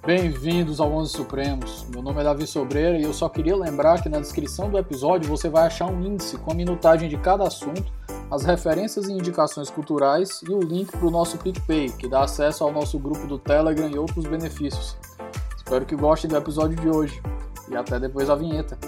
Bem-vindos ao Onze Supremos. Meu nome é Davi Sobreira e eu só queria lembrar que na descrição do episódio você vai achar um índice com a minutagem de cada assunto, as referências e indicações culturais e o link para o nosso PicPay, que dá acesso ao nosso grupo do Telegram e outros benefícios. Espero que gostem do episódio de hoje e até depois da vinheta.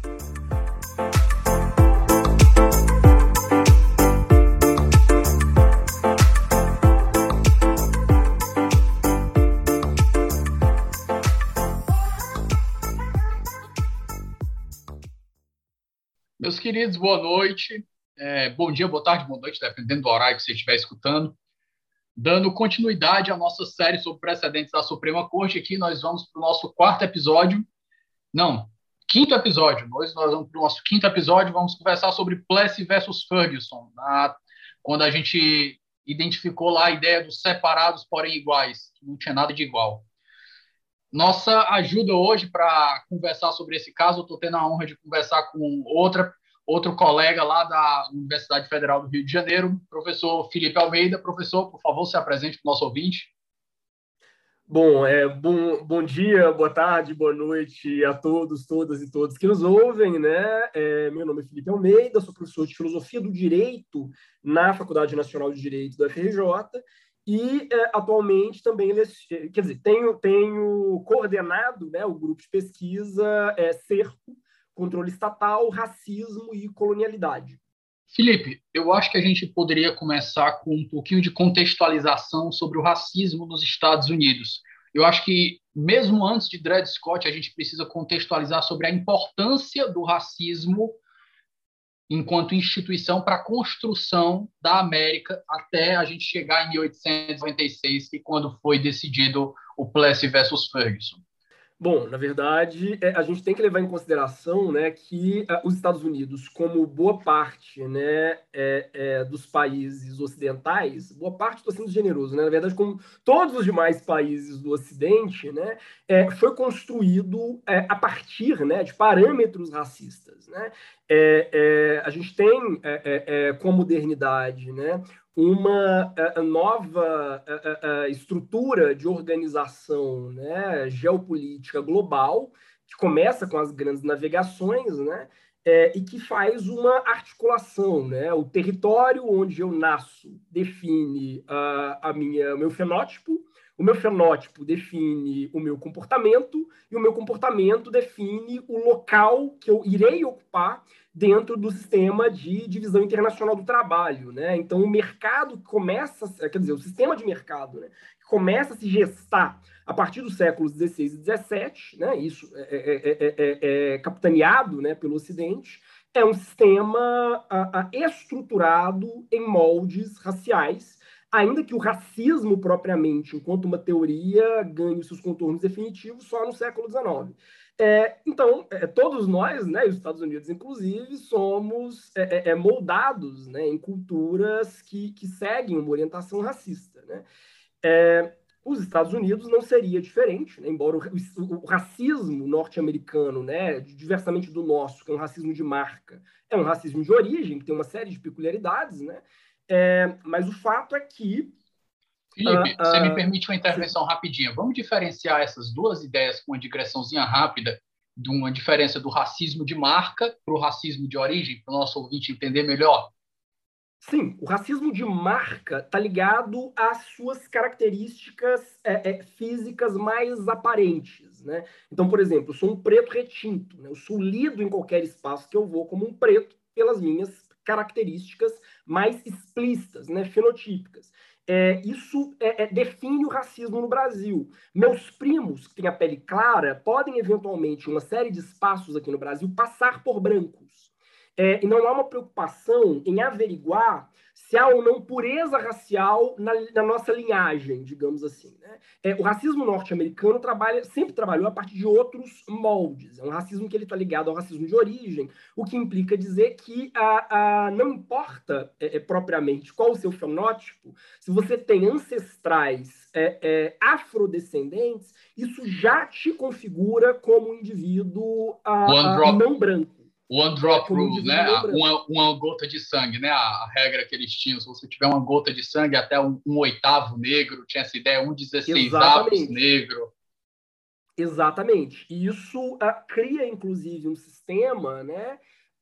Meus queridos, boa noite. Bom dia, boa tarde, boa noite, dependendo do horário que você estiver escutando. Dando continuidade à nossa série sobre precedentes da Suprema Corte, aqui nós vamos para o nosso quinto episódio. Nós vamos para o nosso quinto episódio, vamos conversar sobre Plessy versus Ferguson, quando a gente identificou lá a ideia dos separados, porém iguais, que não tinha nada de igual. Nossa ajuda hoje para conversar sobre esse caso, eu estou tendo a honra de conversar com outro colega lá da Universidade Federal do Rio de Janeiro, professor Felipe Almeida. Professor, por favor, se apresente para o nosso ouvinte. Bom dia, boa tarde, boa noite a todos, todas e todos que nos ouvem, né? Meu nome é Felipe Almeida, sou professor de Filosofia do Direito na Faculdade Nacional de Direito da FRJ e atualmente também, tenho coordenado, né, o grupo de pesquisa Cerco, Controle Estatal, Racismo e Colonialidade. Felipe, eu acho que a gente poderia começar com um pouquinho de contextualização sobre o racismo nos Estados Unidos. Eu acho que, mesmo antes de Dred Scott, a gente precisa contextualizar sobre a importância do racismo enquanto instituição para a construção da América até a gente chegar em 1896, que quando foi decidido o Plessy versus Ferguson. Bom, na verdade, a gente tem que levar em consideração, né, que os Estados Unidos, como boa parte, né, dos países ocidentais, boa parte, estou sendo generoso, né, na verdade, como todos os demais países do Ocidente, né, foi construído a partir, né, de parâmetros racistas, né. A gente tem, com a modernidade, né, uma nova estrutura de organização, né, geopolítica global, que começa com as grandes navegações, né, e que faz uma articulação. Né? O território onde eu nasço define o meu fenótipo, o meu fenótipo define o meu comportamento, e o meu comportamento define o local que eu irei ocupar dentro do sistema de divisão internacional do trabalho, né? Então, o mercado o sistema de mercado, né, começa a se gestar a partir dos séculos XVI e XVII, né? Isso é capitaneado, né, pelo Ocidente, é um sistema estruturado em moldes raciais, ainda que o racismo propriamente, enquanto uma teoria, ganhe os seus contornos definitivos só no século XIX. Então, todos nós, né, os Estados Unidos inclusive, somos moldados, né, em culturas que seguem uma orientação racista. Né? Os Estados Unidos não seria diferente, né? Embora o racismo norte-americano, né, diversamente do nosso, que é um racismo de marca, é um racismo de origem, que tem uma série de peculiaridades, né? Mas o fato é que... Felipe, você me permite uma intervenção rapidinha. Vamos diferenciar essas duas ideias com uma digressãozinha rápida, de uma diferença do racismo de marca para o racismo de origem, para o nosso ouvinte entender melhor? Sim, o racismo de marca está ligado às suas características físicas mais aparentes. Né? Então, por exemplo, eu sou um preto retinto, né? Eu sou lido em qualquer espaço que eu vou como um preto pelas minhas características mais explícitas, né? Fenotípicas. Isso define o racismo no Brasil. Meus primos, que têm a pele clara, podem, eventualmente, em uma série de espaços aqui no Brasil, passar por brancos. E não há uma preocupação em averiguar se há ou não pureza racial na nossa linhagem, digamos assim. Né? O racismo norte-americano sempre trabalhou a partir de outros moldes. É um racismo que está ligado ao racismo de origem, o que implica dizer que não importa propriamente qual o seu fenótipo, se você tem ancestrais afrodescendentes, isso já te configura como um indivíduo não branco. One drop rule, né? Uma gota de sangue, né? A regra que eles tinham, se você tiver uma gota de sangue, até um oitavo negro, tinha essa ideia, 1/16 negro. Exatamente. E isso cria, inclusive, um sistema, né,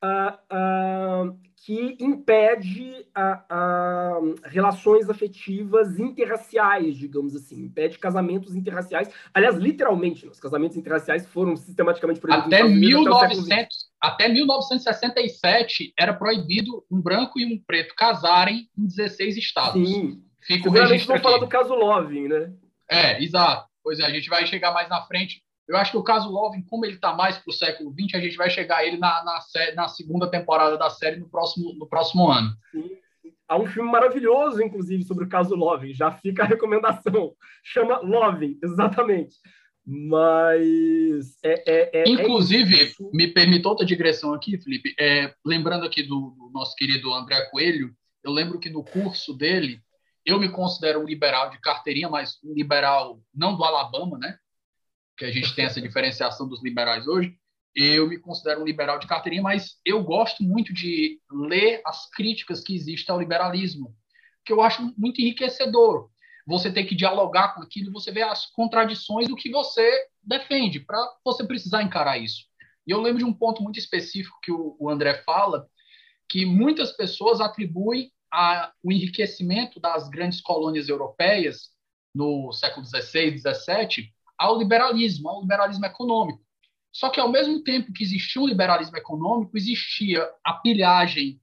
que impede relações afetivas interraciais, digamos assim, impede casamentos interraciais. Aliás, literalmente, os casamentos interraciais foram sistematicamente proibidos nos Até Estados Unidos até o século 1900, XX. até 1967 era proibido um branco e um preto casarem em 16 estados. Sim. Fica o Seguramente registro vão falar aqui. do caso Loving, né? Exato. Pois é, a gente vai chegar mais na frente. Eu acho que o caso Loving, como ele está mais para o século XX, a gente vai chegar a ele na segunda temporada da série no próximo ano. Sim. Há um filme maravilhoso, inclusive, sobre o caso Loving. Já fica a recomendação. Chama Loving, exatamente. Mas Inclusive, isso. me permita outra digressão aqui, Felipe. Lembrando aqui do nosso querido André Coelho, eu lembro que no curso dele, eu me considero um liberal de carteirinha, mas um liberal não do Alabama, né? Que a gente tem essa diferenciação dos liberais hoje. Eu me considero um liberal de carteirinha, mas eu gosto muito de ler as críticas que existem ao liberalismo, que eu acho muito enriquecedor. Você tem que dialogar com aquilo e você vê as contradições do que você defende, para você precisar encarar isso. E eu lembro de um ponto muito específico que o André fala, que muitas pessoas atribuem o enriquecimento das grandes colônias europeias no século XVI, XVII, ao liberalismo econômico. Só que, ao mesmo tempo que existia um liberalismo econômico, existia a pilhagem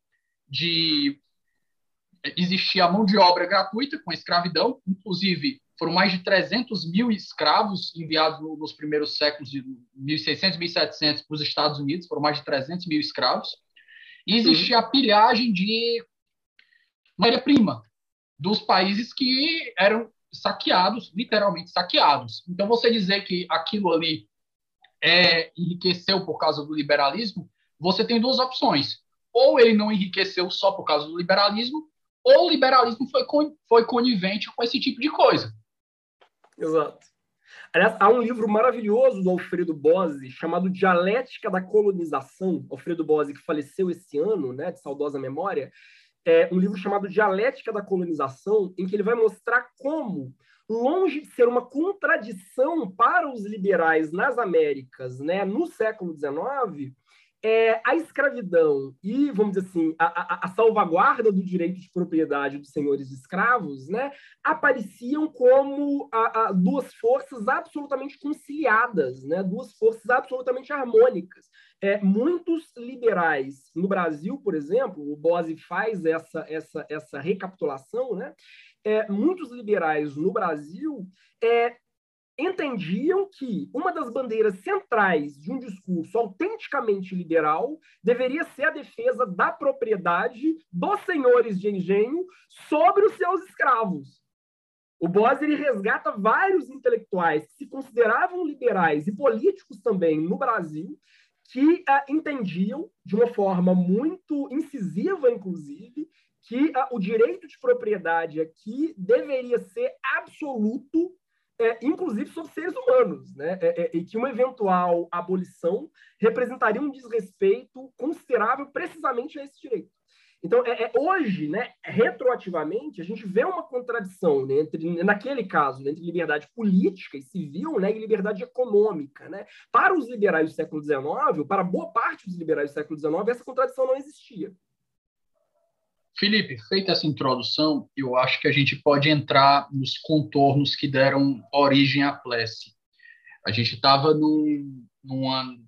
existia a mão de obra gratuita com a escravidão, inclusive foram mais de 300 mil escravos enviados nos primeiros séculos de 1600, 1700 para os Estados Unidos, foram mais de 300 mil escravos, e existia a pilhagem de matéria-prima dos países que eram saqueados, literalmente saqueados. Então, você dizer que aquilo ali enriqueceu por causa do liberalismo, você tem duas opções. Ou ele não enriqueceu só por causa do liberalismo, ou o liberalismo foi conivente com esse tipo de coisa. Exato. Aliás, há um livro maravilhoso do Alfredo Bozzi chamado Dialética da Colonização. Alfredo Bozzi, que faleceu esse ano, né, de saudosa memória, um livro chamado Dialética da Colonização, em que ele vai mostrar como, longe de ser uma contradição para os liberais nas Américas, né, no século XIX, a escravidão e, vamos dizer assim, a salvaguarda do direito de propriedade dos senhores escravos, né, apareciam como duas forças absolutamente conciliadas, né, duas forças absolutamente harmônicas. Muitos liberais no Brasil, por exemplo, o Bozzi faz essa recapitulação, né, muitos liberais no Brasil entendiam que uma das bandeiras centrais de um discurso autenticamente liberal deveria ser a defesa da propriedade dos senhores de engenho sobre os seus escravos. O Bozzi ele resgata vários intelectuais que se consideravam liberais e políticos também no Brasil, que entendiam, de uma forma muito incisiva, inclusive, que o direito de propriedade aqui deveria ser absoluto, inclusive sobre seres humanos, né? E que uma eventual abolição representaria um desrespeito considerável precisamente a esse direito. Então, hoje, né, retroativamente, a gente vê uma contradição, né, naquele caso, né, entre liberdade política e civil, né, e liberdade econômica. Né? Para os liberais do século XIX, para boa parte dos liberais do século XIX, essa contradição não existia. Felipe, feita essa introdução, eu acho que a gente pode entrar nos contornos que deram origem à Plessy. A gente estava num ano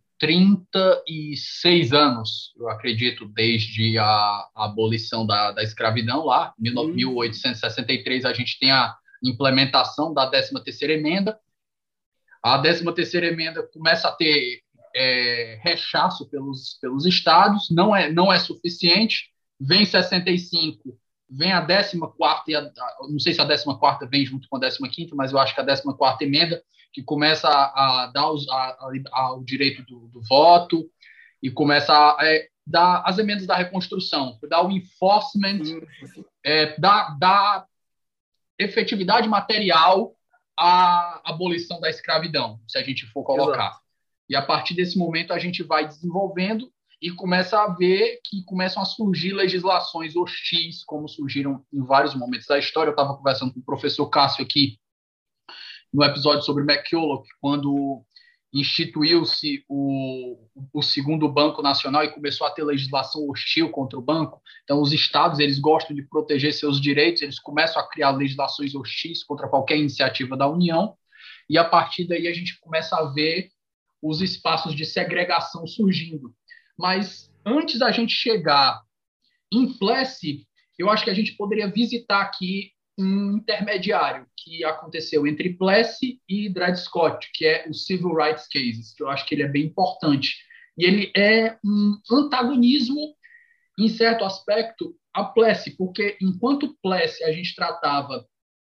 36 anos, eu acredito, desde a abolição da escravidão lá, em 1863 a gente tem a implementação da 13ª emenda. A 13ª emenda começa a ter rechaço pelos estados, não é suficiente. Vem 65, vem a 14ª, não sei se a 14ª vem junto com a 15ª, mas eu acho que a 14ª emenda, que começa a dar o direito do voto e começa a dar as emendas da reconstrução, dar o enforcement, dar efetividade material à abolição da escravidão, se a gente for colocar. Exato. E a partir desse momento a gente vai desenvolvendo e começa a ver que começam a surgir legislações hostis, como surgiram em vários momentos da história. Eu estava conversando com o professor Cássio aqui no episódio sobre McCulloch, quando instituiu-se o segundo Banco Nacional e começou a ter legislação hostil contra o banco. Então, os estados eles gostam de proteger seus direitos, eles começam a criar legislações hostis contra qualquer iniciativa da União, e a partir daí a gente começa a ver os espaços de segregação surgindo. Mas antes da gente chegar em Plessy, eu acho que a gente poderia visitar aqui um intermediário que aconteceu entre Plessy e Dred Scott, que é o Civil Rights Cases, que eu acho que ele é bem importante. E ele é um antagonismo, em certo aspecto, a Plessy, porque enquanto Plessy a gente tratava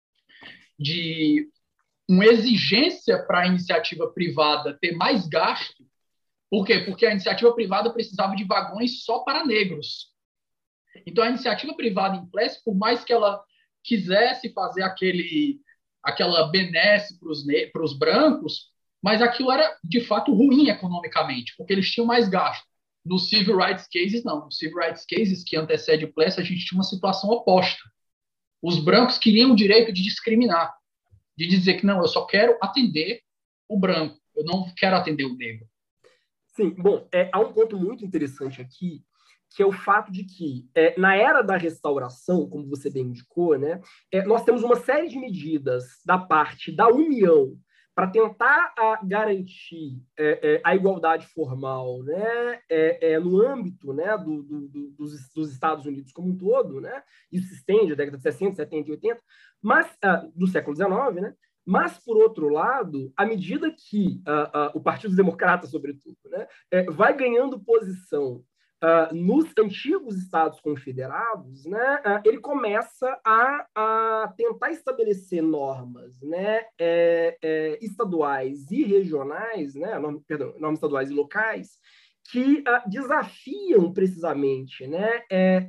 de uma exigência para a iniciativa privada ter mais gasto. Por quê? Porque a iniciativa privada precisava de vagões só para negros. Então, a iniciativa privada em Plessy, por mais que ela quisesse fazer aquela benesse para os brancos, mas aquilo era, de fato, ruim economicamente, porque eles tinham mais gasto. No Civil Rights Cases, não. No Civil Rights Cases, que antecede o Plessy, a gente tinha uma situação oposta. Os brancos queriam o direito de discriminar, de dizer que, não, eu só quero atender o branco, eu não quero atender o negro. Sim, bom, há um ponto muito interessante aqui, que é o fato de que, na era da restauração, como você bem indicou, né, nós temos uma série de medidas da parte da União para tentar garantir a igualdade formal, né, no âmbito, né, dos Estados Unidos como um todo, né, isso se estende à década de 60, 70 e 80, mas, do século XIX, né, mas, por outro lado, à medida que o Partido Democrata, sobretudo, né, vai ganhando posição nos antigos Estados Confederados, né, ele começa a tentar estabelecer normas, né, estaduais e regionais, né, normas estaduais e locais, que desafiam precisamente, né,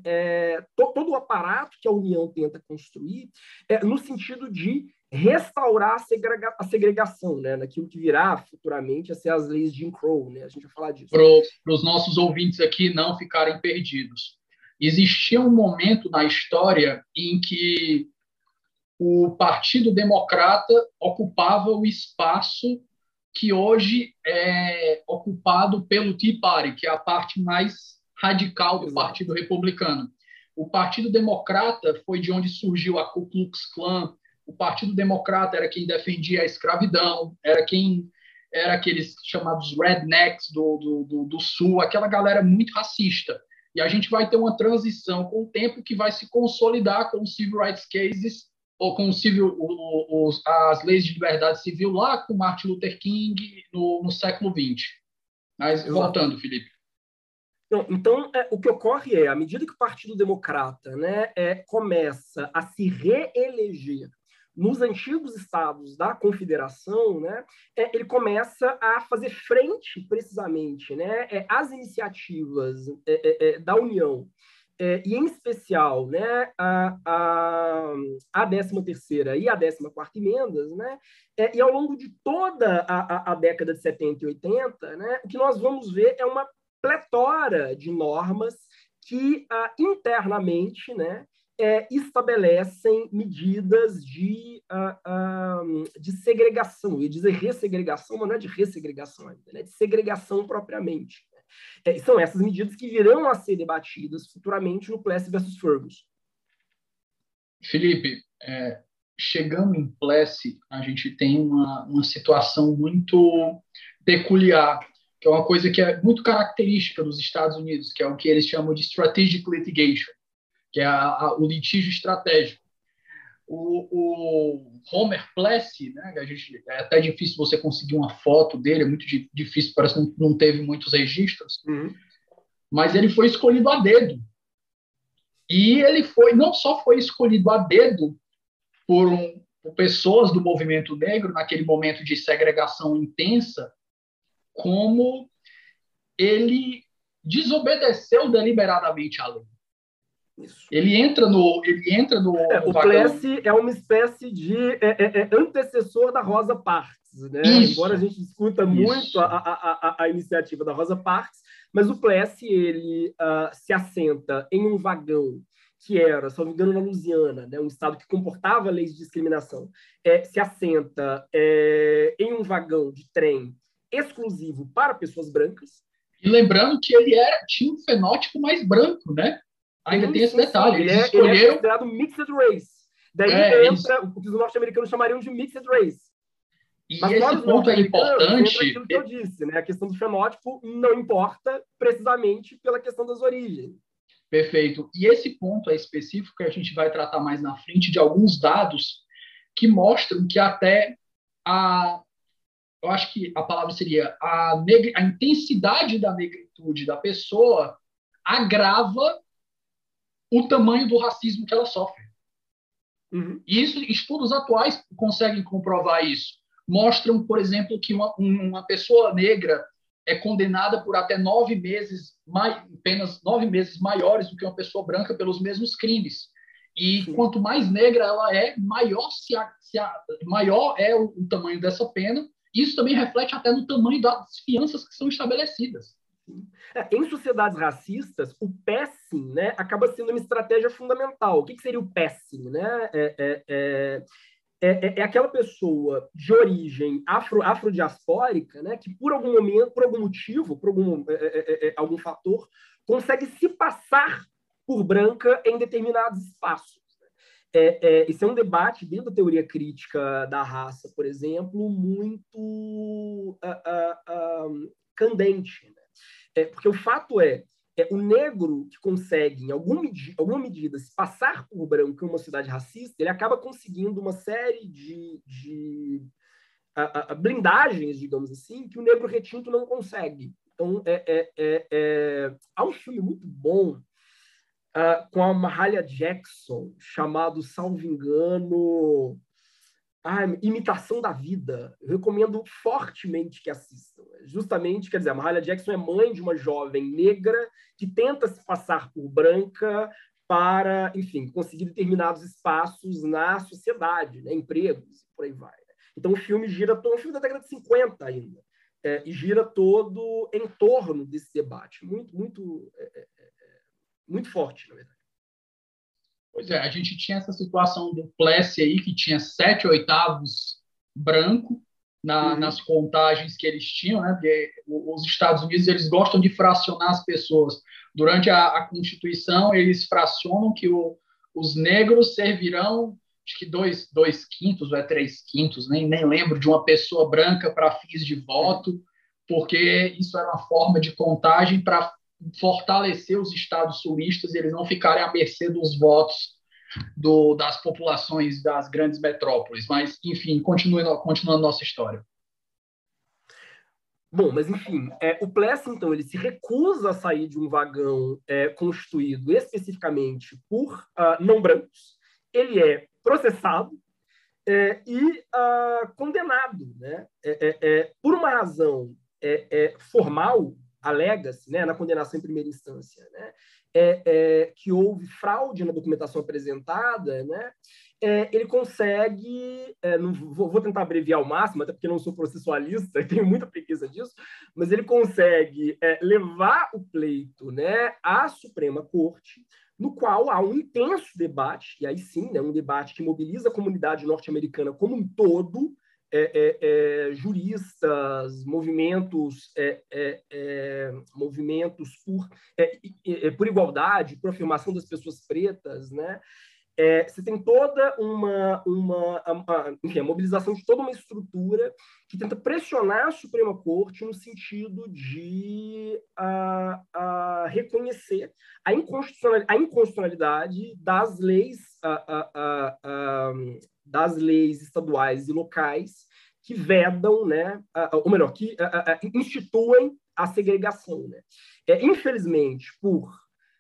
todo o aparato que a União tenta construir no sentido de restaurar a segregação, né, naquilo que virá futuramente a ser as leis de Jim Crow, né, a gente vai falar disso. Para os nossos ouvintes aqui não ficarem perdidos. Existia um momento na história em que o Partido Democrata ocupava o espaço que hoje é ocupado pelo Tea Party, que é a parte mais radical do Partido Republicano. O Partido Democrata foi de onde surgiu a Ku Klux Klan. O Partido Democrata era quem defendia a escravidão, era aqueles chamados rednecks do Sul, aquela galera muito racista. E a gente vai ter uma transição com o tempo que vai se consolidar com os Civil Rights Cases, ou com as leis de liberdade civil lá com Martin Luther King no século XX. Mas voltando, Felipe. Então, o que ocorre à medida que o Partido Democrata, né, começa a se reeleger nos antigos estados da Confederação, né, ele começa a fazer frente, precisamente, né, às iniciativas da União, e, em especial, né, a 13ª e a 14ª emendas, né, e ao longo de toda a década de 70 e 80, né, o que nós vamos ver é uma pletora de normas que internamente, né, estabelecem medidas de segregação, eu ia dizer ressegregação, mas não é de ressegregação ainda, né, de segregação propriamente. São essas medidas que virão a ser debatidas futuramente no Plessy versus Ferguson. Felipe, chegando em Plessy, a gente tem uma situação muito peculiar, que é uma coisa que é muito característica dos Estados Unidos, que é o que eles chamam de strategic litigation, que é o litígio estratégico. O Homer Plessy, né, é até difícil você conseguir uma foto dele, é muito difícil, parece que não teve muitos registros, mas ele foi escolhido a dedo. E ele não só foi escolhido a dedo por pessoas do movimento negro, naquele momento de segregação intensa, como ele desobedeceu deliberadamente à lei. Isso. Ele entra no o Plessy é uma espécie de antecessor da Rosa Parks, né? Embora a gente discuta muito a iniciativa da Rosa Parks, mas o Plessy ele se assenta em um vagão que era, se não me engano, na Louisiana, né, um estado que comportava leis de discriminação, se assenta em um vagão de trem exclusivo para pessoas brancas. E lembrando que ele tinha um fenótipo mais branco, né? Ainda tem esse detalhe. Ele é considerado mixed race. Daí entra o que os norte-americanos chamariam de mixed race. Mas esse ponto é importante. Entra aquilo que eu disse, né? A questão do fenótipo não importa precisamente pela questão das origens. Perfeito. E esse ponto é específico que a gente vai tratar mais na frente de alguns dados que mostram que até eu acho que a palavra seria a intensidade da negritude da pessoa agrava o tamanho do racismo que ela sofre. Uhum. E estudos atuais conseguem comprovar isso. Mostram, por exemplo, que uma pessoa negra é condenada por até 9 meses, apenas 9 meses maiores do que uma pessoa branca pelos mesmos crimes. E Sim. Quanto mais negra ela é, maior é o tamanho dessa pena. Isso também reflete até no tamanho das fianças que são estabelecidas. Em sociedades racistas, o passing, né, acaba sendo uma estratégia fundamental. O que seria o passing? Né? É aquela pessoa de origem afrodiaspórica, né, que por algum momento, por algum motivo, por algum fator, consegue se passar por branca em determinados espaços. Esse é um debate dentro da teoria crítica da raça, por exemplo, muito candente, né? Porque o fato o negro que consegue, em alguma medida, se passar por branco em uma sociedade racista, ele acaba conseguindo uma série de blindagens, digamos assim, que o negro retinto não consegue. Então, há um filme muito bom com a Mahalia Jackson, chamado, salvo engano, Imitação da Vida. Eu recomendo fortemente que assistam. Justamente, quer dizer, a Mahalia Jackson é mãe de uma jovem negra que tenta se passar por branca para, enfim, conseguir determinados espaços na sociedade, né, empregos, e por aí vai. Então, o filme gira todo, um filme da década de 50 ainda, e gira todo em torno desse debate. Muito forte, na verdade. Pois é, a gente tinha essa situação do Plessy aí, que tinha 7/8 branco nas contagens que eles tinham, né? Porque os Estados Unidos, eles gostam de fracionar as pessoas. Durante a Constituição, eles fracionam que os negros servirão, acho que 2/5 ou 3/5, nem lembro, de uma pessoa branca para fins de voto, porque isso era uma forma de contagem para fortalecer os estados sulistas e eles não ficarem à mercê dos votos das populações das grandes metrópoles. Mas, enfim, continuando nossa história. Bom, mas enfim, o Plessy, então, ele se recusa a sair de um vagão constituído especificamente por não brancos. Ele é processado e condenado, né? Por uma razão formal, alega-se, né, na condenação em primeira instância, né, que houve fraude na documentação apresentada, né, ele consegue, vou tentar abreviar ao máximo, até porque não sou processualista e tenho muita preguiça disso, mas ele consegue levar o pleito, né, à Suprema Corte, no qual há um intenso debate, e aí sim, né, um debate que mobiliza a comunidade norte-americana como um todo, juristas, movimentos por igualdade, por afirmação das pessoas pretas, né? Você tem toda enfim, a mobilização de toda uma estrutura que tenta pressionar a Suprema Corte no sentido de reconhecer a inconstitucionalidade das leis estaduais e locais que vedam, né, ou melhor, que instituem a segregação. Né? Infelizmente, por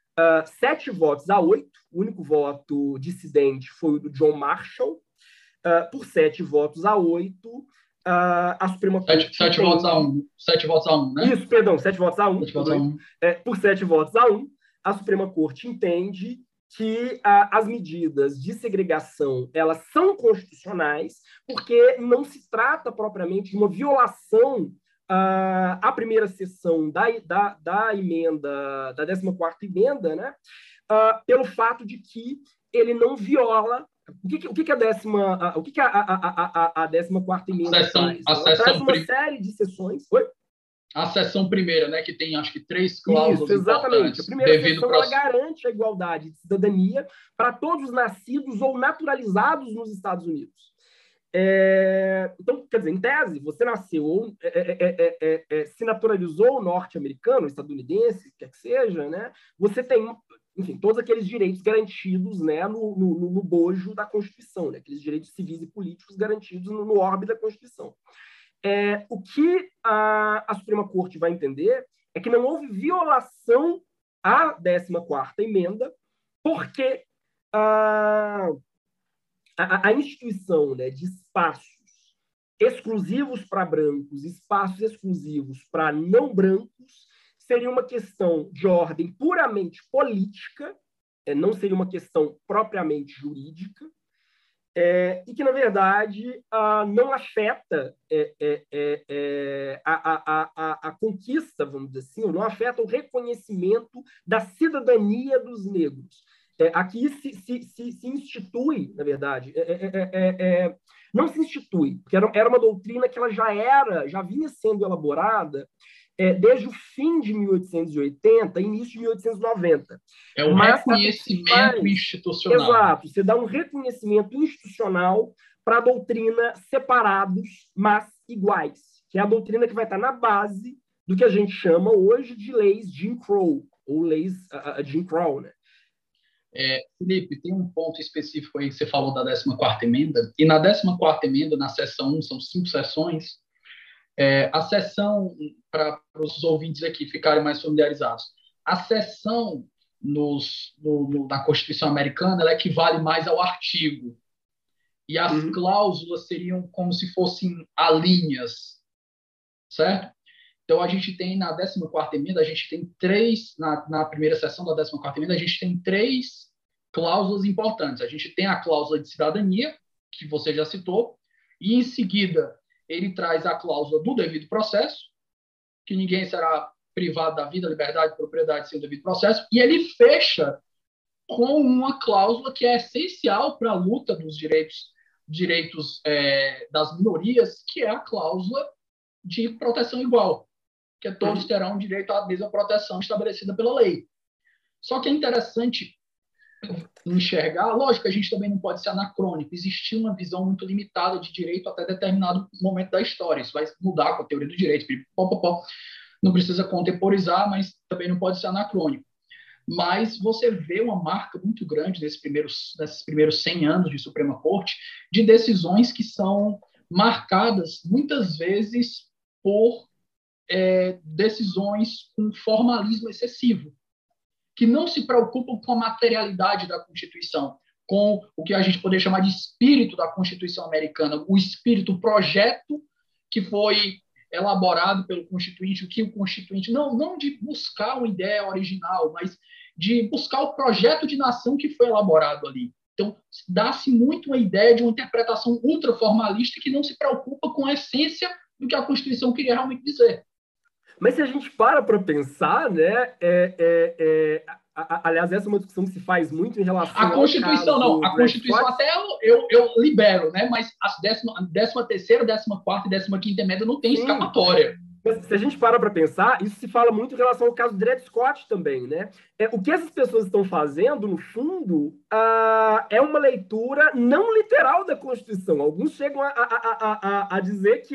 7-8, o único voto dissidente foi o do John Marshall, por 7-8, a Suprema Corte... 7-1, 7-1, né? Isso, perdão, 7-1. Por 7-1, a Suprema Corte entende que as medidas de segregação elas são constitucionais porque não se trata propriamente de uma violação à primeira seção da emenda, da 14ª emenda, né, pelo fato de que ele não viola, o que a 14ª emenda traz? Ela traz uma série de seções. Oi? A seção primeira, né, que tem, acho que, 3 cláusulas Isso, exatamente. importantes. A primeira seção ela garante a igualdade de cidadania para todos os nascidos ou naturalizados nos Estados Unidos. Então, quer dizer, em tese, você nasceu ou se naturalizou norte-americano, estadunidense, quer que seja, né? Você tem, enfim, todos aqueles direitos garantidos, né, no bojo da Constituição, né? Aqueles direitos civis e políticos garantidos no orbe da Constituição. O que a Suprema Corte vai entender é que não houve violação à 14ª emenda, porque a instituição, né, de espaços exclusivos para brancos, espaços exclusivos para não brancos, seria uma questão de ordem puramente política, não seria uma questão propriamente jurídica, e que, na verdade, não afeta a conquista, vamos dizer assim, ou não afeta o reconhecimento da cidadania dos negros. Aqui se institui, na verdade, não se institui, porque era uma doutrina que ela já vinha sendo elaborada desde o fim de 1880, início de 1890. Um reconhecimento institucional. Exato, você dá um reconhecimento institucional para a doutrina separados, mas iguais, que é a doutrina que vai estar na base do que a gente chama hoje de leis Jim Crow, ou leis Jim Crow, né? Felipe, tem um ponto específico aí que você falou da 14ª emenda, e na 14ª emenda, na seção 1, são 5 seções, a seção, para os ouvintes aqui ficarem mais familiarizados, a seção na Constituição Americana ela equivale mais ao artigo, e as cláusulas seriam como se fossem alíneas, certo? Então, a gente tem na 14ª emenda, a gente tem 3, na primeira seção da 14ª emenda, a gente tem 3 cláusulas importantes. A gente tem a cláusula de cidadania, que você já citou, e em seguida ele traz a cláusula do devido processo, que ninguém será privado da vida, liberdade, propriedade sem o devido processo, e ele fecha com uma cláusula que é essencial para a luta dos direitos das minorias, que é a cláusula de proteção igual, que todos terão direito à mesma proteção estabelecida pela lei. Só que é interessante enxergar, lógico que a gente também não pode ser anacrônico, existia uma visão muito limitada de direito até determinado momento da história, isso vai mudar com a teoria do direito, não precisa contemporizar, mas também não pode ser anacrônico. Mas você vê uma marca muito grande nesses primeiros 100 anos de Suprema Corte, de decisões que são marcadas, muitas vezes, por decisões com formalismo excessivo, que não se preocupam com a materialidade da Constituição, com o que a gente poderia chamar de espírito da Constituição americana, o espírito, o projeto que foi elaborado pelo Constituinte, o que o Constituinte, não de buscar uma ideia original, mas de buscar o projeto de nação que foi elaborado ali. Então, dá-se muito uma ideia de uma interpretação ultraformalista que não se preocupa com a essência do que a Constituição queria realmente dizer. Mas se a gente para pensar, né, aliás, essa é uma discussão que se faz muito em relação à Constituição, não. A Constituição até eu libero, né? Mas as 13ª, 14ª e 15ª emenda não tem escapatória. Mas se a gente para pensar, isso se fala muito em relação ao caso do Dred Scott também, né? O que essas pessoas estão fazendo, no fundo, é uma leitura não literal da Constituição. Alguns chegam a dizer que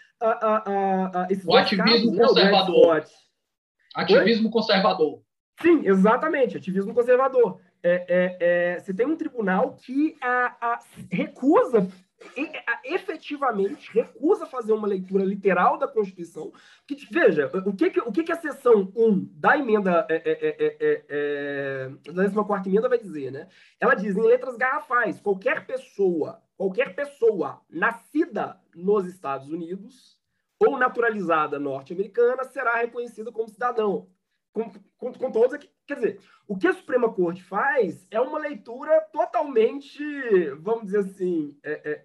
o ativismo conservador. Ativismo conservador. Sim, exatamente, ativismo conservador. Você tem um tribunal que recusa, efetivamente, recusa fazer uma leitura literal da Constituição. Que, veja, o que a seção 1 da emenda, da 14ª emenda vai dizer, né? Ela diz, em letras garrafais, qualquer pessoa nascida nos Estados Unidos ou naturalizada norte-americana será reconhecida como cidadão. Com todos aqui. Quer dizer, o que a Suprema Corte faz é uma leitura totalmente, vamos dizer assim,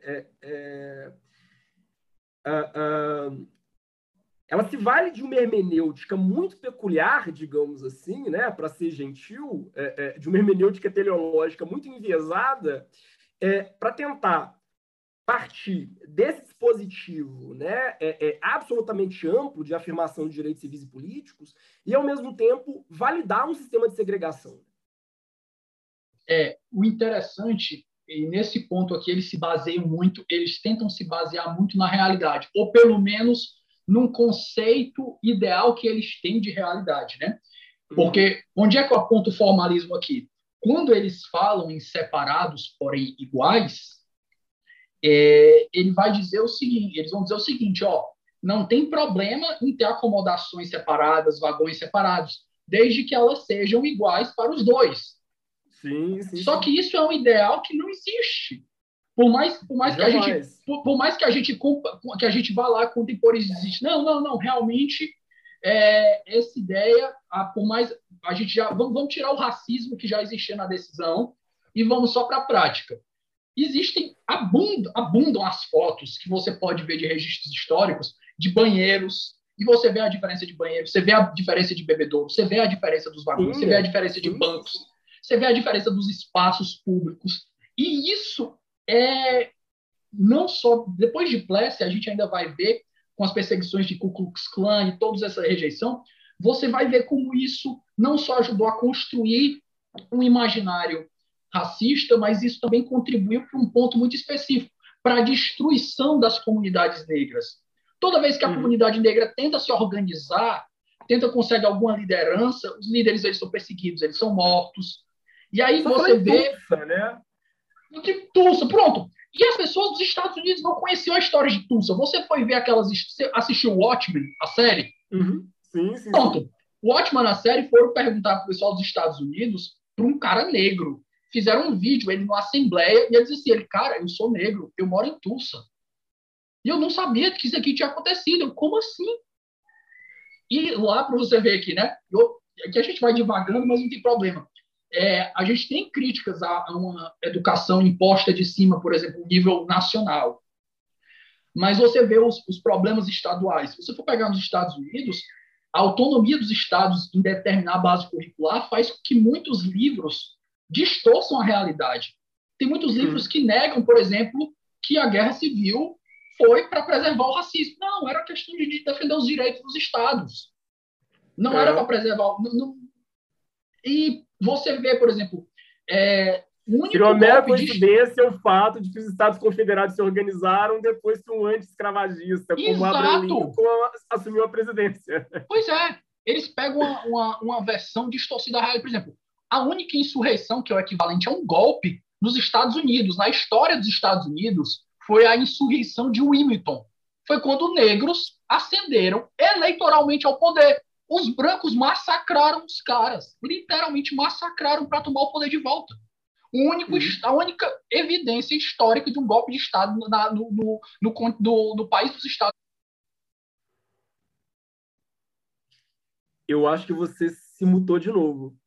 ela se vale de uma hermenêutica muito peculiar, digamos assim, né, para ser gentil, de uma hermenêutica teleológica muito enviesada, para tentar partir desse dispositivo, né, absolutamente amplo de afirmação de direitos civis e políticos e, ao mesmo tempo, validar um sistema de segregação. O interessante, e nesse ponto aqui eles se baseiam muito, eles tentam se basear muito na realidade, ou pelo menos num conceito ideal que eles têm de realidade, né? Porque onde é que eu aponto o formalismo aqui? Quando eles falam em separados, porém iguais, ele vai dizer o seguinte, eles vão dizer o seguinte, ó, não tem problema em ter acomodações separadas, vagões separados, desde que elas sejam iguais para os dois. Sim. Só que isso é um ideal que não existe. Por mais que a gente vá lá contemporizar, não, realmente essa ideia, por mais a gente já vamos tirar o racismo que já existia na decisão e vamos só para a prática. Abundam as fotos que você pode ver de registros históricos de banheiros, e você vê a diferença de banheiros, você vê a diferença de bebedouro, você vê a diferença dos vagões, você vê a diferença de bancos, você vê a diferença dos espaços públicos. E isso não só... Depois de Plessy, a gente ainda vai ver, com as perseguições de Ku Klux Klan e toda essa rejeição, você vai ver como isso não só ajudou a construir um imaginário racista, mas isso também contribuiu para um ponto muito específico, para a destruição das comunidades negras. Toda vez que a comunidade negra tenta se organizar, consegue alguma liderança, os líderes eles são perseguidos, eles são mortos. E aí você vê... Tulsa, né? De Tulsa, pronto. E as pessoas dos Estados Unidos não conheciam a história de Tulsa. Você foi ver você assistiu Watchmen, a série? Sim. Pronto. O Watchmen, na série, foram perguntar para o pessoal dos Estados Unidos para um cara negro. Fizeram um vídeo, ele numa assembleia, e ele disse assim, cara, eu sou negro, eu moro em Tulsa. E eu não sabia que isso aqui tinha acontecido. Eu, como assim? E lá, para você ver aqui, né? Aqui a gente vai devagando, mas não tem problema. A gente tem críticas a uma educação imposta de cima, por exemplo, nível nacional. Mas você vê os problemas estaduais. Se você for pegar nos Estados Unidos, a autonomia dos estados em determinar a base curricular faz com que muitos livros distorçam a realidade. Tem muitos livros que negam, por exemplo, que a guerra civil foi para preservar o racismo. Não, era questão de defender os direitos dos estados. Não era para preservar... E você vê, por exemplo, Seria uma mera coincidência o fato de que os Estados Confederados se organizaram depois que um anti-escravagista, como Abraham Lincoln, assumiu a presidência. Pois é. Eles pegam uma versão distorcida da realidade. Por exemplo, a única insurreição que é o equivalente a um golpe nos Estados Unidos, na história dos Estados Unidos, foi a insurreição de Wilmington. Foi quando negros ascenderam eleitoralmente ao poder. Os brancos massacraram os caras. Literalmente massacraram para tomar o poder de volta. A única evidência histórica de um golpe de Estado no país dos Estados Unidos. Eu acho que você se mutou de novo.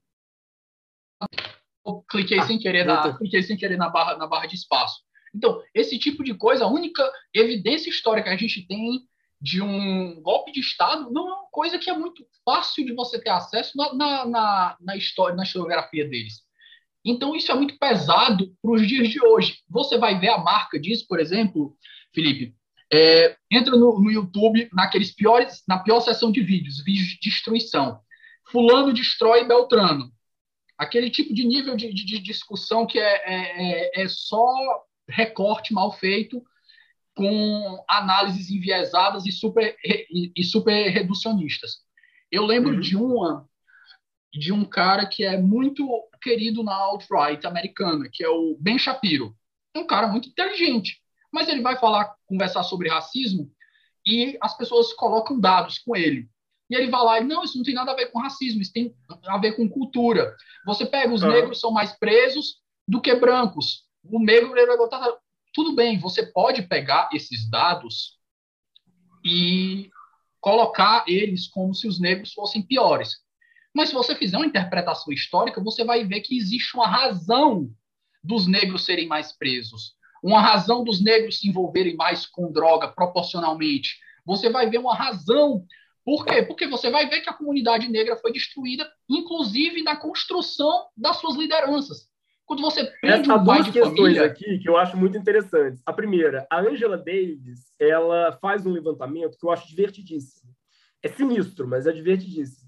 Eu cliquei sem querer na barra de espaço. Então, esse tipo de coisa, a única evidência histórica que a gente tem de um golpe de Estado não é uma coisa que é muito fácil de você ter acesso na história, na historiografia deles. Então, isso é muito pesado para os dias de hoje. Você vai ver a marca disso, por exemplo, Felipe, entra no YouTube, na pior seção de vídeos de destruição. Fulano destrói Beltrano. Aquele tipo de nível de discussão que é só recorte mal feito, com análises enviesadas e super reducionistas. Eu lembro de um cara que é muito querido na alt-right americana, que é o Ben Shapiro. É um cara muito inteligente, mas ele vai conversar sobre racismo e as pessoas colocam dados com ele. E ele vai lá e, não, isso não tem nada a ver com racismo, isso tem a ver com cultura. Você pega, os negros são mais presos do que brancos. O negro... Tudo bem, você pode pegar esses dados e colocar eles como se os negros fossem piores. Mas se você fizer uma interpretação histórica, você vai ver que existe uma razão dos negros serem mais presos, uma razão dos negros se envolverem mais com droga proporcionalmente. Você vai ver uma razão. Por quê? Porque você vai ver que a comunidade negra foi destruída, inclusive na construção das suas lideranças. Quando você prende Há um pai duas de questões família... aqui que eu acho muito interessantes. A primeira, a Angela Davis, ela faz um levantamento que eu acho divertidíssimo. É sinistro, mas é divertidíssimo.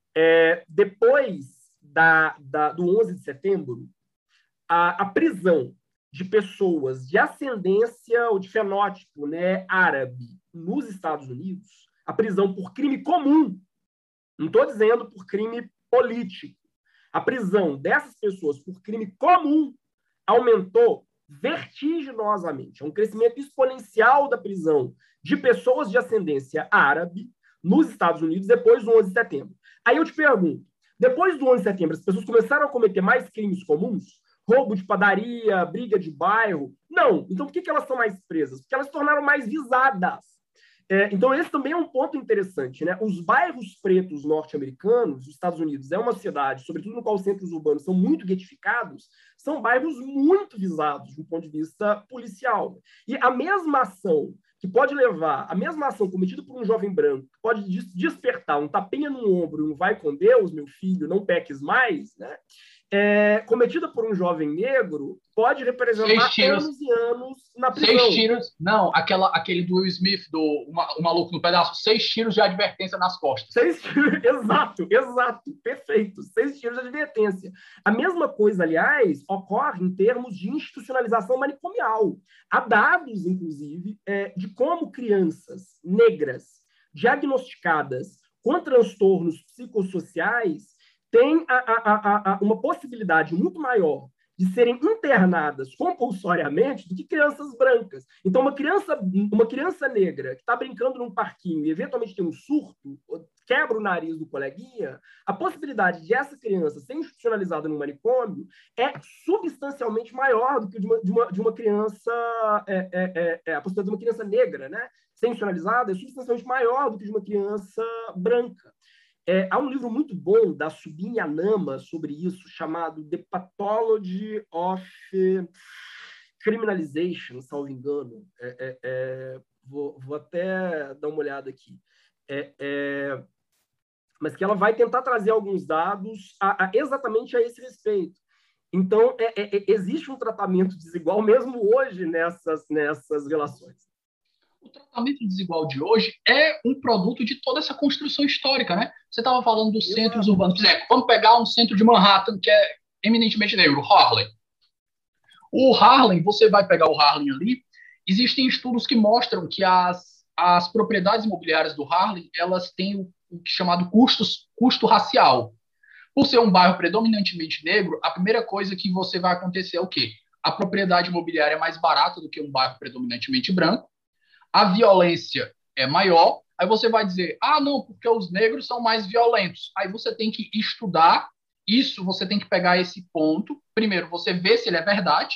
Depois do 11 de setembro, a prisão de pessoas de ascendência ou de fenótipo, né, árabe nos Estados Unidos, a prisão por crime comum, não estou dizendo por crime político, a prisão dessas pessoas por crime comum aumentou vertiginosamente. É um crescimento exponencial da prisão de pessoas de ascendência árabe nos Estados Unidos depois do 11 de setembro. Aí eu te pergunto, depois do 11 de setembro, as pessoas começaram a cometer mais crimes comuns? Roubo de padaria, briga de bairro? Não. Então, por que elas são mais presas? Porque elas se tornaram mais visadas. Então, esse também é um ponto interessante, né? Os bairros pretos norte-americanos, os Estados Unidos, é uma sociedade, sobretudo no qual os centros urbanos são muito guetificados, são bairros muito visados do ponto de vista policial. E a mesma ação que pode levar, a mesma ação cometida por um jovem branco, que pode despertar um tapinha no ombro, um vai com Deus, meu filho, não peques mais, né? Cometida por um jovem negro, pode representar anos e anos na prisão. 6 tiros, não, aquele do Will Smith, o Maluco no Pedaço, 6 tiros de advertência nas costas. 6 tiros, exato, perfeito, 6 tiros de advertência. A mesma coisa, aliás, ocorre em termos de institucionalização manicomial. Há dados, inclusive, de como crianças negras diagnosticadas com transtornos psicossociais têm uma possibilidade muito maior de serem internadas compulsoriamente do que crianças brancas. Então, uma criança negra que está brincando num parquinho e eventualmente tem um surto, quebra o nariz do coleguinha, a possibilidade de essa criança ser institucionalizada no manicômio é substancialmente maior do que de uma criança, a possibilidade de uma criança negra, né, ser institucionalizada é substancialmente maior do que de uma criança branca. Há um livro muito bom da Subin Anama sobre isso, chamado The Pathology of Criminalization, salvo engano. Vou até dar uma olhada aqui. Mas que ela vai tentar trazer alguns dados exatamente a esse respeito. Então, existe um tratamento desigual mesmo hoje nessas relações. O tratamento desigual de hoje é um produto de toda essa construção histórica, né? Você estava falando dos centros urbanos. Por exemplo, vamos pegar um centro de Manhattan que é eminentemente negro, Harlem. O Harlem, você vai pegar o Harlem ali, existem estudos que mostram que as propriedades imobiliárias do Harlem, elas têm o que é chamado custo racial. Por ser um bairro predominantemente negro, a primeira coisa que você vai acontecer é o quê? A propriedade imobiliária é mais barata do que um bairro predominantemente branco, a violência é maior, aí você vai dizer, não, porque os negros são mais violentos. Aí você tem que estudar isso, você tem que pegar esse ponto. Primeiro, você vê se ele é verdade.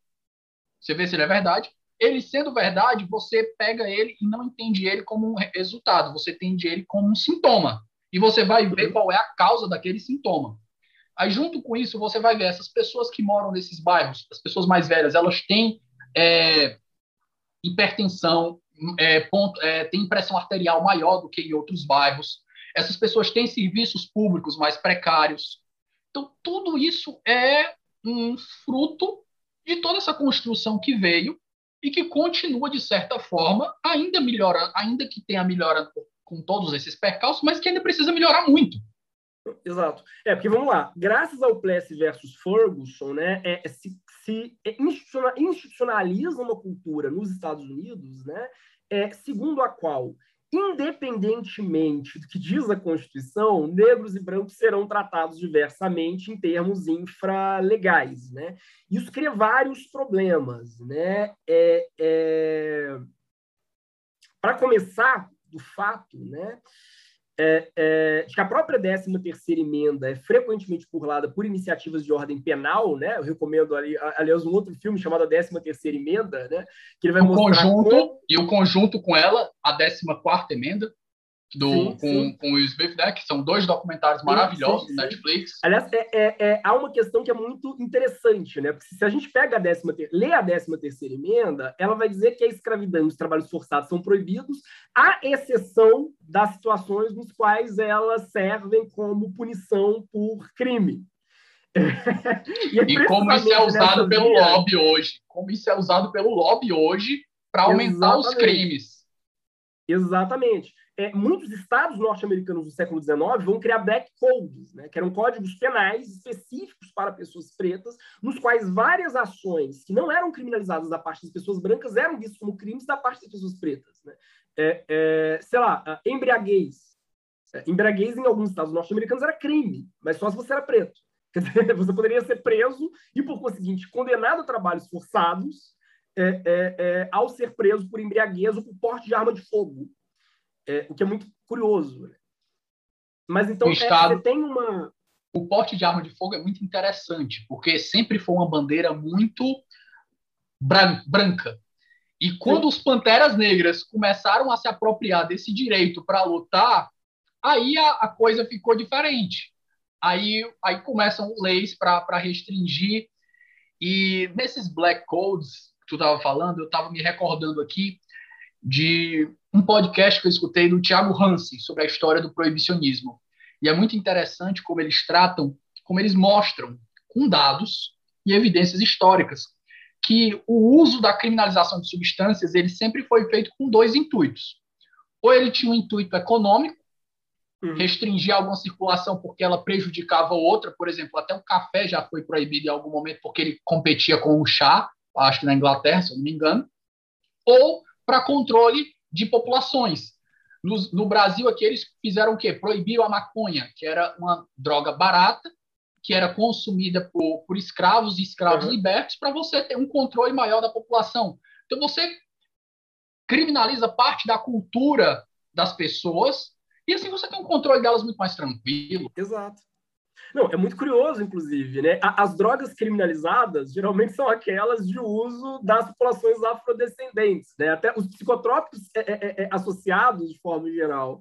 Ele sendo verdade, você pega ele e não entende ele como um resultado, você entende ele como um sintoma. E você vai ver qual é a causa daquele sintoma. Aí, junto com isso, você vai ver essas pessoas que moram nesses bairros, as pessoas mais velhas, elas têm hipertensão, tem pressão arterial maior do que em outros bairros. Essas pessoas têm serviços públicos mais precários. Então, tudo isso é um fruto de toda essa construção que veio e que continua, de certa forma, ainda melhorando, ainda que tenha melhorado com todos esses percalços, mas que ainda precisa melhorar muito. Exato. Porque, vamos lá, graças ao Plessy versus Ferguson, né, se institucionaliza uma cultura nos Estados Unidos, né, segundo a qual, independentemente do que diz a Constituição, negros e brancos serão tratados diversamente em termos infralegais, né? Isso cria vários problemas, né? Para começar, do fato, né, de que a própria 13ª emenda é frequentemente burlada por iniciativas de ordem penal, né? Eu recomendo, aliás, um outro filme chamado A 13ª Emenda, né? Que ele vai mostrar E o conjunto com ela, a 14ª Emenda, com o Will Smith, né? Que são 2 documentários maravilhosos do Netflix. Aliás, há uma questão que é muito interessante, né? Porque se a gente pega lê a 13ª Emenda, ela vai dizer que a escravidão e os trabalhos forçados são proibidos, à exceção das situações nos quais elas servem como punição por crime. E como isso é usado pelo lobby hoje. Como isso é usado pelo lobby hoje para aumentar os crimes. Exatamente. Muitos estados norte-americanos do século XIX vão criar black codes, né, que eram códigos penais específicos para pessoas pretas, nos quais várias ações que não eram criminalizadas da parte das pessoas brancas eram vistas como crimes da parte das pessoas pretas. Né? Sei lá, embriaguez. Embriaguez em alguns estados norte-americanos era crime, mas só se você era preto. Quer dizer, você poderia ser preso e, por conseguinte, condenado a trabalhos forçados ao ser preso por embriaguez ou por porte de arma de fogo. O que é muito curioso. Né? Mas então você tem uma... O porte de arma de fogo é muito interessante, porque sempre foi uma bandeira muito branca. E quando os Panteras Negras começaram a se apropriar desse direito para lutar, aí a coisa ficou diferente. Aí começam leis para restringir. E nesses black codes que tu estava falando, eu estava me recordando aqui de um podcast que eu escutei do Thiago Hansen sobre a história do proibicionismo. E é muito interessante como eles tratam, como eles mostram com dados e evidências históricas que o uso da criminalização de substâncias ele sempre foi feito com dois intuitos. Ou ele tinha um intuito econômico, restringir alguma circulação porque ela prejudicava outra, por exemplo, até o café já foi proibido em algum momento porque ele competia com o chá, acho que na Inglaterra, se eu não me engano, ou para controle de populações. No Brasil aqui eles fizeram o quê? Proibiram a maconha, que era uma droga barata, que era consumida por escravos e escravos libertos, para você ter um controle maior da população. Então você criminaliza parte da cultura das pessoas e assim você tem um controle delas muito mais tranquilo. Exato. Não, é muito curioso, inclusive, né? As drogas criminalizadas geralmente são aquelas de uso das populações afrodescendentes, né? Até os psicotrópicos associados, de forma geral,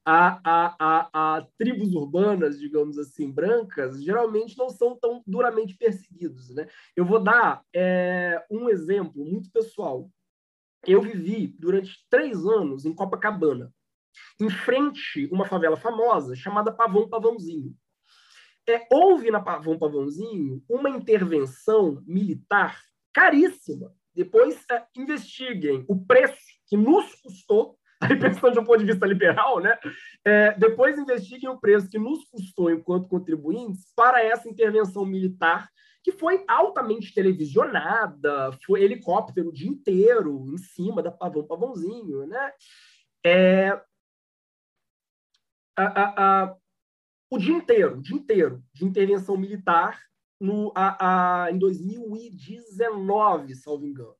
a tribos urbanas, digamos assim, brancas, geralmente não são tão duramente perseguidos, né? Eu vou dar um exemplo muito pessoal. Eu vivi durante 3 anos em Copacabana, em frente a uma favela famosa chamada Pavão Pavãozinho. Houve na Pavão Pavãozinho uma intervenção militar caríssima. Depois investiguem o preço que nos custou, aí pensando de um ponto de vista liberal, né? Depois investiguem o preço que nos custou enquanto contribuintes para essa intervenção militar, que foi altamente televisionada, foi helicóptero o dia inteiro em cima da Pavão Pavãozinho, né? O dia inteiro de intervenção militar em 2019, salvo engano.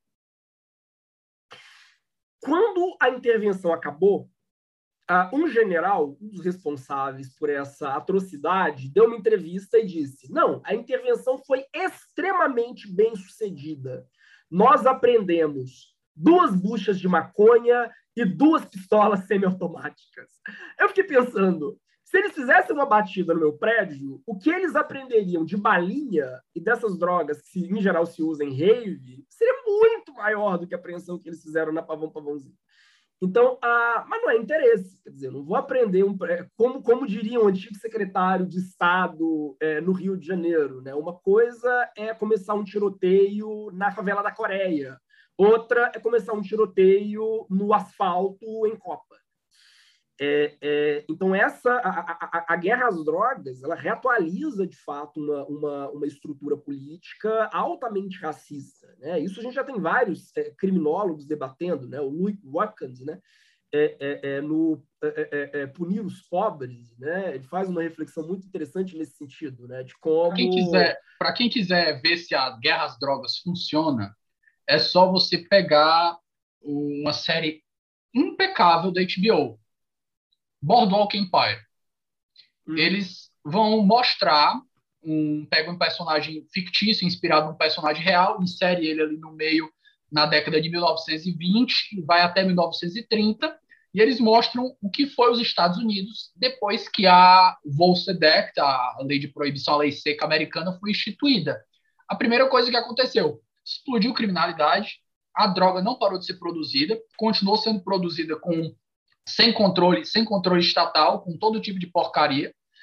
Quando a intervenção acabou, um general, um dos responsáveis por essa atrocidade, deu uma entrevista e disse: não, a intervenção foi extremamente bem sucedida. Nós apreendemos 2 buchas de maconha e 2 pistolas semiautomáticas. Eu fiquei pensando, se eles fizessem uma batida no meu prédio, o que eles aprenderiam de balinha e dessas drogas que, em geral, se usam em rave, seria muito maior do que a apreensão que eles fizeram na Pavão Pavãozinho. Então, mas não é interesse. Quer dizer, não vou aprender, como diria um antigo secretário de Estado no Rio de Janeiro, né? Uma coisa é começar um tiroteio na favela da Coreia, outra é começar um tiroteio no asfalto em Copa. Então, a guerra às drogas, ela reatualiza, de fato, uma estrutura política altamente racista. Né? Isso a gente já tem vários criminólogos debatendo, né? O Louis Watkins, né? No Punir os Pobres, né? Ele faz uma reflexão muito interessante nesse sentido, né? De como... Para quem quiser ver se a guerra às drogas funciona, é só você pegar uma série impecável da HBO, Boardwalk Empire. Eles vão mostrar, pega um personagem fictício, inspirado num personagem real, insere ele ali no meio, na década de 1920, e vai até 1930, e eles mostram o que foi os Estados Unidos depois que a Volstead Act, a lei de proibição, a lei seca americana, foi instituída. A primeira coisa que aconteceu, explodiu criminalidade, a droga não parou de ser produzida, continuou sendo produzida sem controle estatal, com todo tipo de porcaria.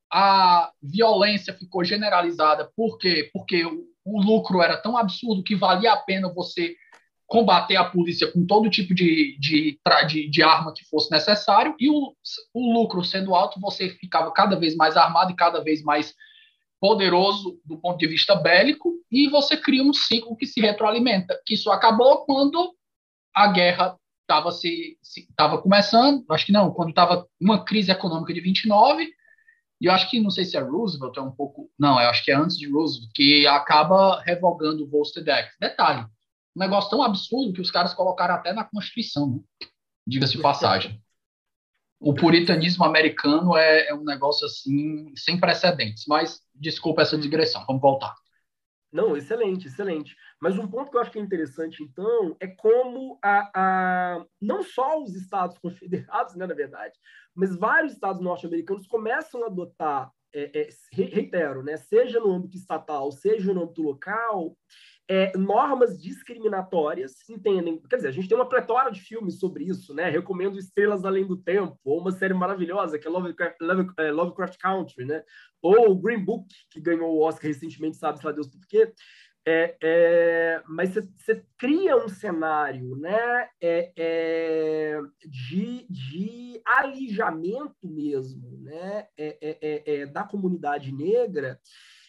a violência ficou generalizada. Por quê? Porque o lucro era tão absurdo que valia a pena você combater a polícia com todo tipo de arma que fosse necessário, e o lucro sendo alto, você ficava cada vez mais armado e cada vez mais poderoso do ponto de vista bélico, e você cria um ciclo que se retroalimenta, que isso acabou quando a guerra estava começando, acho que não, quando estava uma crise econômica de 29, e eu acho que, não sei se é Roosevelt, é um pouco, não, eu acho que é antes de Roosevelt, que acaba revogando o Volstead Act. Detalhe, um negócio tão absurdo que os caras colocaram até na Constituição, né? Diga-se de passagem. O puritanismo americano é um negócio assim, sem precedentes, mas desculpa essa digressão, vamos voltar. Não, excelente, excelente. Mas um ponto que eu acho que é interessante, então, é como não só os Estados Confederados, né, na verdade, mas vários Estados norte-americanos começam a adotar, reitero, né, seja no âmbito estatal, seja no âmbito local, normas discriminatórias, entendem? Quer dizer, a gente tem uma pletora de filmes sobre isso, né? Recomendo Estrelas Além do Tempo, ou uma série maravilhosa que é Lovecraft Country, né? Ou Green Book, que ganhou o Oscar recentemente, sabe-se lá Deus por quê. Mas você cria um cenário, né, de alijamento mesmo, né, da comunidade negra,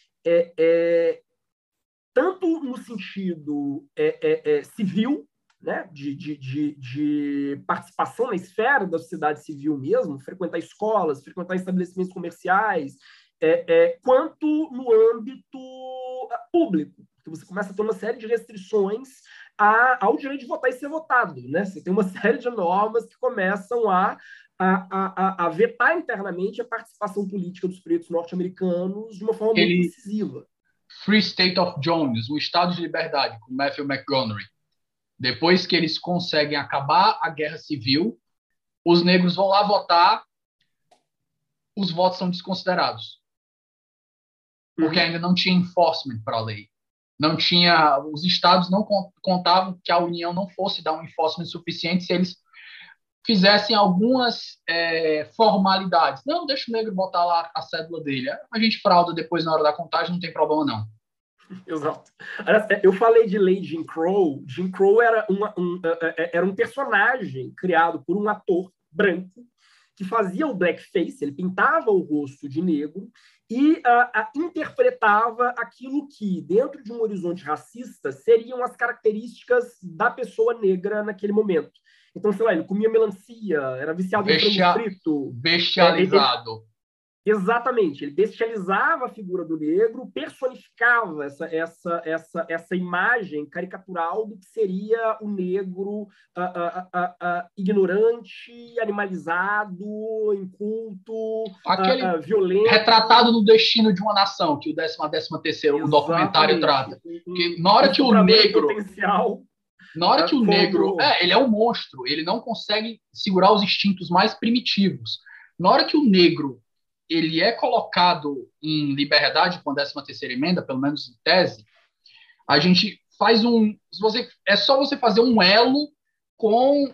tanto no sentido civil, né, de participação na esfera da sociedade civil mesmo, frequentar escolas, frequentar estabelecimentos comerciais, quanto no âmbito público, que você começa a ter uma série de restrições ao direito de votar e ser votado, né? Você tem uma série de normas que começam a vetar internamente a participação política dos pretos norte-americanos de uma forma muito incisiva. Free State of Jones, o Estado de Liberdade, com Matthew McConaughey. Depois que eles conseguem acabar a guerra civil, os negros vão lá votar, os votos são desconsiderados. Porque ainda não tinha enforcement para a lei. Não tinha, os estados não contavam que a União não fosse dar um enforcement suficiente se eles fizessem algumas formalidades. Não, deixa o negro botar lá a cédula dele. A gente frauda depois na hora da contagem, não tem problema não. Exato. Eu falei de lei Jim Crow. Jim Crow era um personagem criado por um ator branco que fazia o blackface, ele pintava o rosto de negro e interpretava aquilo que, dentro de um horizonte racista, seriam as características da pessoa negra naquele momento. Então, sei lá, ele comia melancia, era viciado em frango frito. Bestializado. Exatamente. Ele bestializava a figura do negro, personificava essa imagem caricatural do que seria o negro ignorante, animalizado, inculto, violento. Retratado no Destino de uma Nação, que o 13º, o documentário trata. Que na hora que o negro... Na hora que o negro... ele é um monstro, ele não consegue segurar os instintos mais primitivos. Na hora que o negro ele é colocado em liberdade com a 13ª emenda, pelo menos em tese, a gente faz é só você fazer um elo com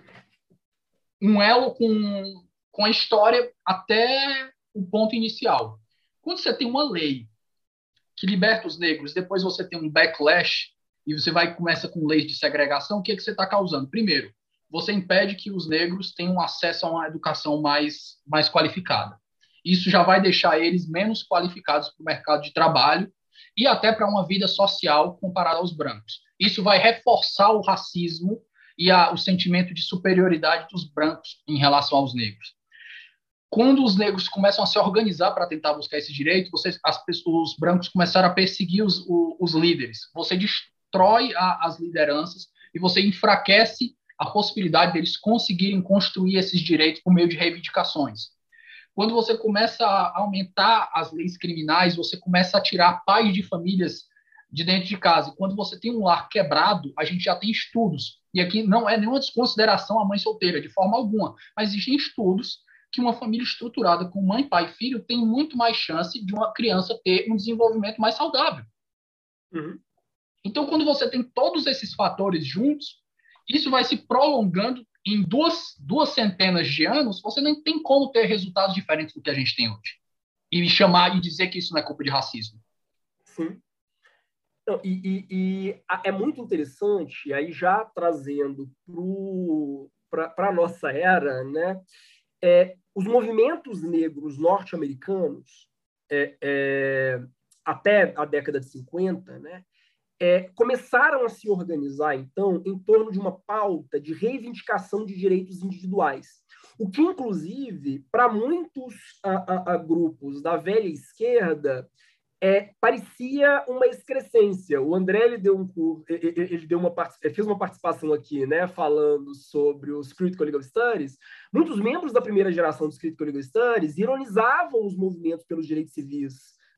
a história até o ponto inicial. Quando você tem uma lei que liberta os negros, depois você tem um backlash e você começa com leis de segregação, o que você está causando? Primeiro, você impede que os negros tenham acesso a uma educação mais qualificada. Isso já vai deixar eles menos qualificados para o mercado de trabalho e até para uma vida social comparada aos brancos. Isso vai reforçar o racismo e o sentimento de superioridade dos brancos em relação aos negros. Quando os negros começam a se organizar para tentar buscar esse direito, os brancos começaram a perseguir os líderes. Você destrói as lideranças e você enfraquece a possibilidade deles conseguirem construir esses direitos por meio de reivindicações. Quando você começa a aumentar as leis criminais, você começa a tirar pais de famílias de dentro de casa. E quando você tem um lar quebrado, a gente já tem estudos. E aqui não é nenhuma desconsideração à mãe solteira, de forma alguma. Mas existem estudos que uma família estruturada com mãe, pai e filho tem muito mais chance de uma criança ter um desenvolvimento mais saudável. Uhum. Então, quando você tem todos esses fatores juntos, isso vai se prolongando em duas centenas de anos, você não tem como ter resultados diferentes do que a gente tem hoje. e chamar e dizer que isso não é culpa de racismo. Sim. Não, é muito interessante, aí já trazendo para a nossa era, né, os movimentos negros norte-americanos, até a década de 50, né, começaram a se organizar, então, em torno de uma pauta de reivindicação de direitos individuais. O que, inclusive, para muitos grupos da velha esquerda, parecia uma excrescência. O André ele deu fez uma participação aqui, né, falando sobre os Critical Legal Studies. Muitos membros da primeira geração dos Critical Legal Studies ironizavam os movimentos pelos direitos civis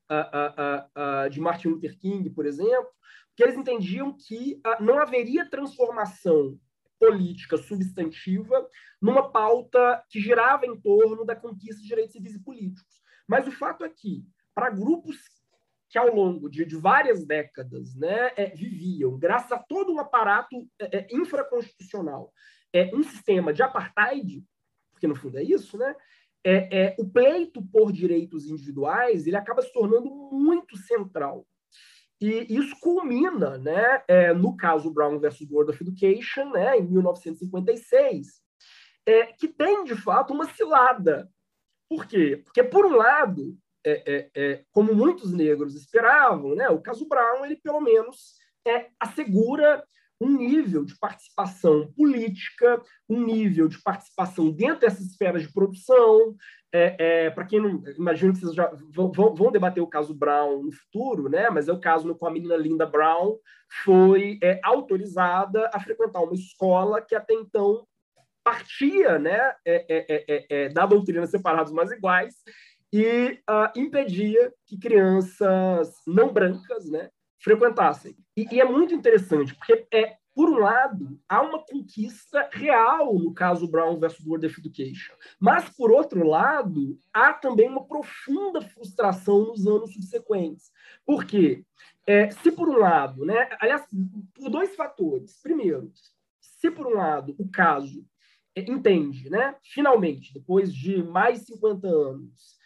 de Martin Luther King, por exemplo, porque eles entendiam que não haveria transformação política substantiva numa pauta que girava em torno da conquista de direitos civis e políticos. Mas o fato é que, para grupos que ao longo de várias décadas, né, viviam, graças a todo um aparato infraconstitucional, um sistema de apartheid, porque no fundo é isso, né, o pleito por direitos individuais ele acaba se tornando muito central. E isso culmina, né, no caso Brown versus Board of Education, né, em 1956, que tem, de fato, uma cilada. Por quê? Porque, por um lado, como muitos negros esperavam, né, o caso Brown, ele pelo menos assegura um nível de participação política, um nível de participação dentro dessas esferas de produção. Para quem não... Imagino que vocês já vão debater o caso Brown no futuro, né, mas é o caso no qual a menina Linda Brown foi autorizada a frequentar uma escola que até então partia, né, da doutrina separados mas iguais, e impedia que crianças não brancas, né, frequentassem. E é muito interessante, porque, por um lado, há uma conquista real no caso Brown versus Board of Education, mas, por outro lado, há também uma profunda frustração nos anos subsequentes. Por quê? Se, por um lado, né, aliás, por dois fatores. Primeiro, se, por um lado, o caso entende, né, finalmente, depois de mais de 50 anos,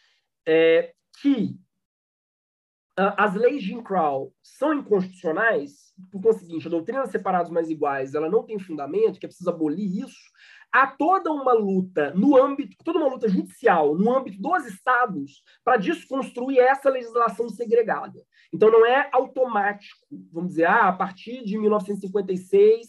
que as leis de Jim Crow são inconstitucionais, por conseguinte, a doutrina separados mais iguais ela não tem fundamento, que é preciso abolir isso, há toda uma luta toda uma luta judicial no âmbito dos estados para desconstruir essa legislação segregada. Então, não é automático, vamos dizer, a partir de 1956,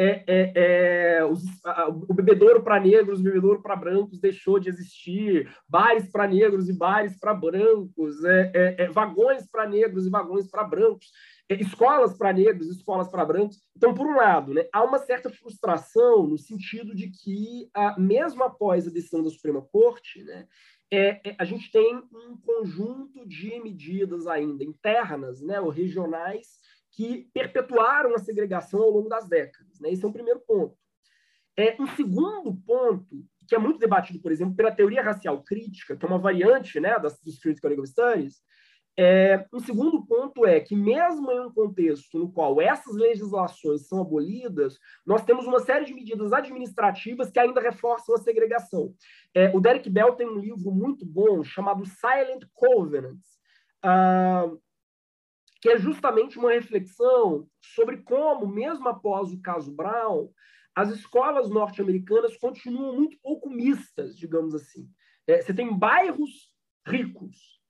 o bebedouro para negros, o bebedouro para brancos deixou de existir, bares para negros e bares para brancos, vagões para negros e vagões para brancos, escolas para negros e escolas para brancos. Então, por um lado, né, há uma certa frustração no sentido de que, mesmo após a decisão da Suprema Corte, né, a gente tem um conjunto de medidas ainda internas, né, ou regionais, que perpetuaram a segregação ao longo das décadas. Né? Esse é um primeiro ponto. Um segundo ponto, que é muito debatido, por exemplo, pela teoria racial crítica, que é uma variante, né, dos Critical Legal Studies, um segundo ponto é que, mesmo em um contexto no qual essas legislações são abolidas, nós temos uma série de medidas administrativas que ainda reforçam a segregação. O Derek Bell tem um livro muito bom chamado Silent Covenants, que é justamente uma reflexão sobre como, mesmo após o caso Brown, as escolas norte-americanas continuam muito pouco mistas, digamos assim. Você tem bairros ricos,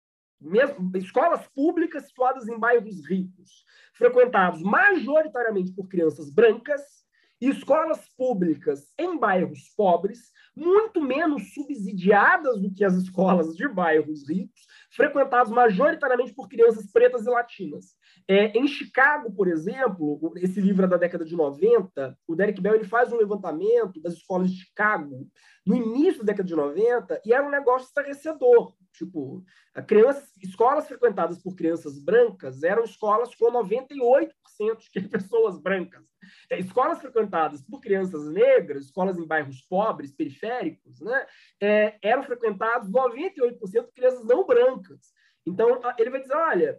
escolas públicas situadas em bairros ricos, frequentados majoritariamente por crianças brancas, e escolas públicas em bairros pobres, muito menos subsidiadas do que as escolas de bairros ricos, frequentados majoritariamente por crianças pretas e latinas. Em Chicago, por exemplo, esse livro é da década de 90, o Derek Bell ele faz um levantamento das escolas de Chicago no início da década de 90 e era um negócio estarrecedor. Tipo, escolas frequentadas por crianças brancas eram escolas com 98% de pessoas brancas. Escolas frequentadas por crianças negras, escolas em bairros pobres, periféricos, né, eram frequentadas 98% por crianças não brancas. Então, ele vai dizer, olha,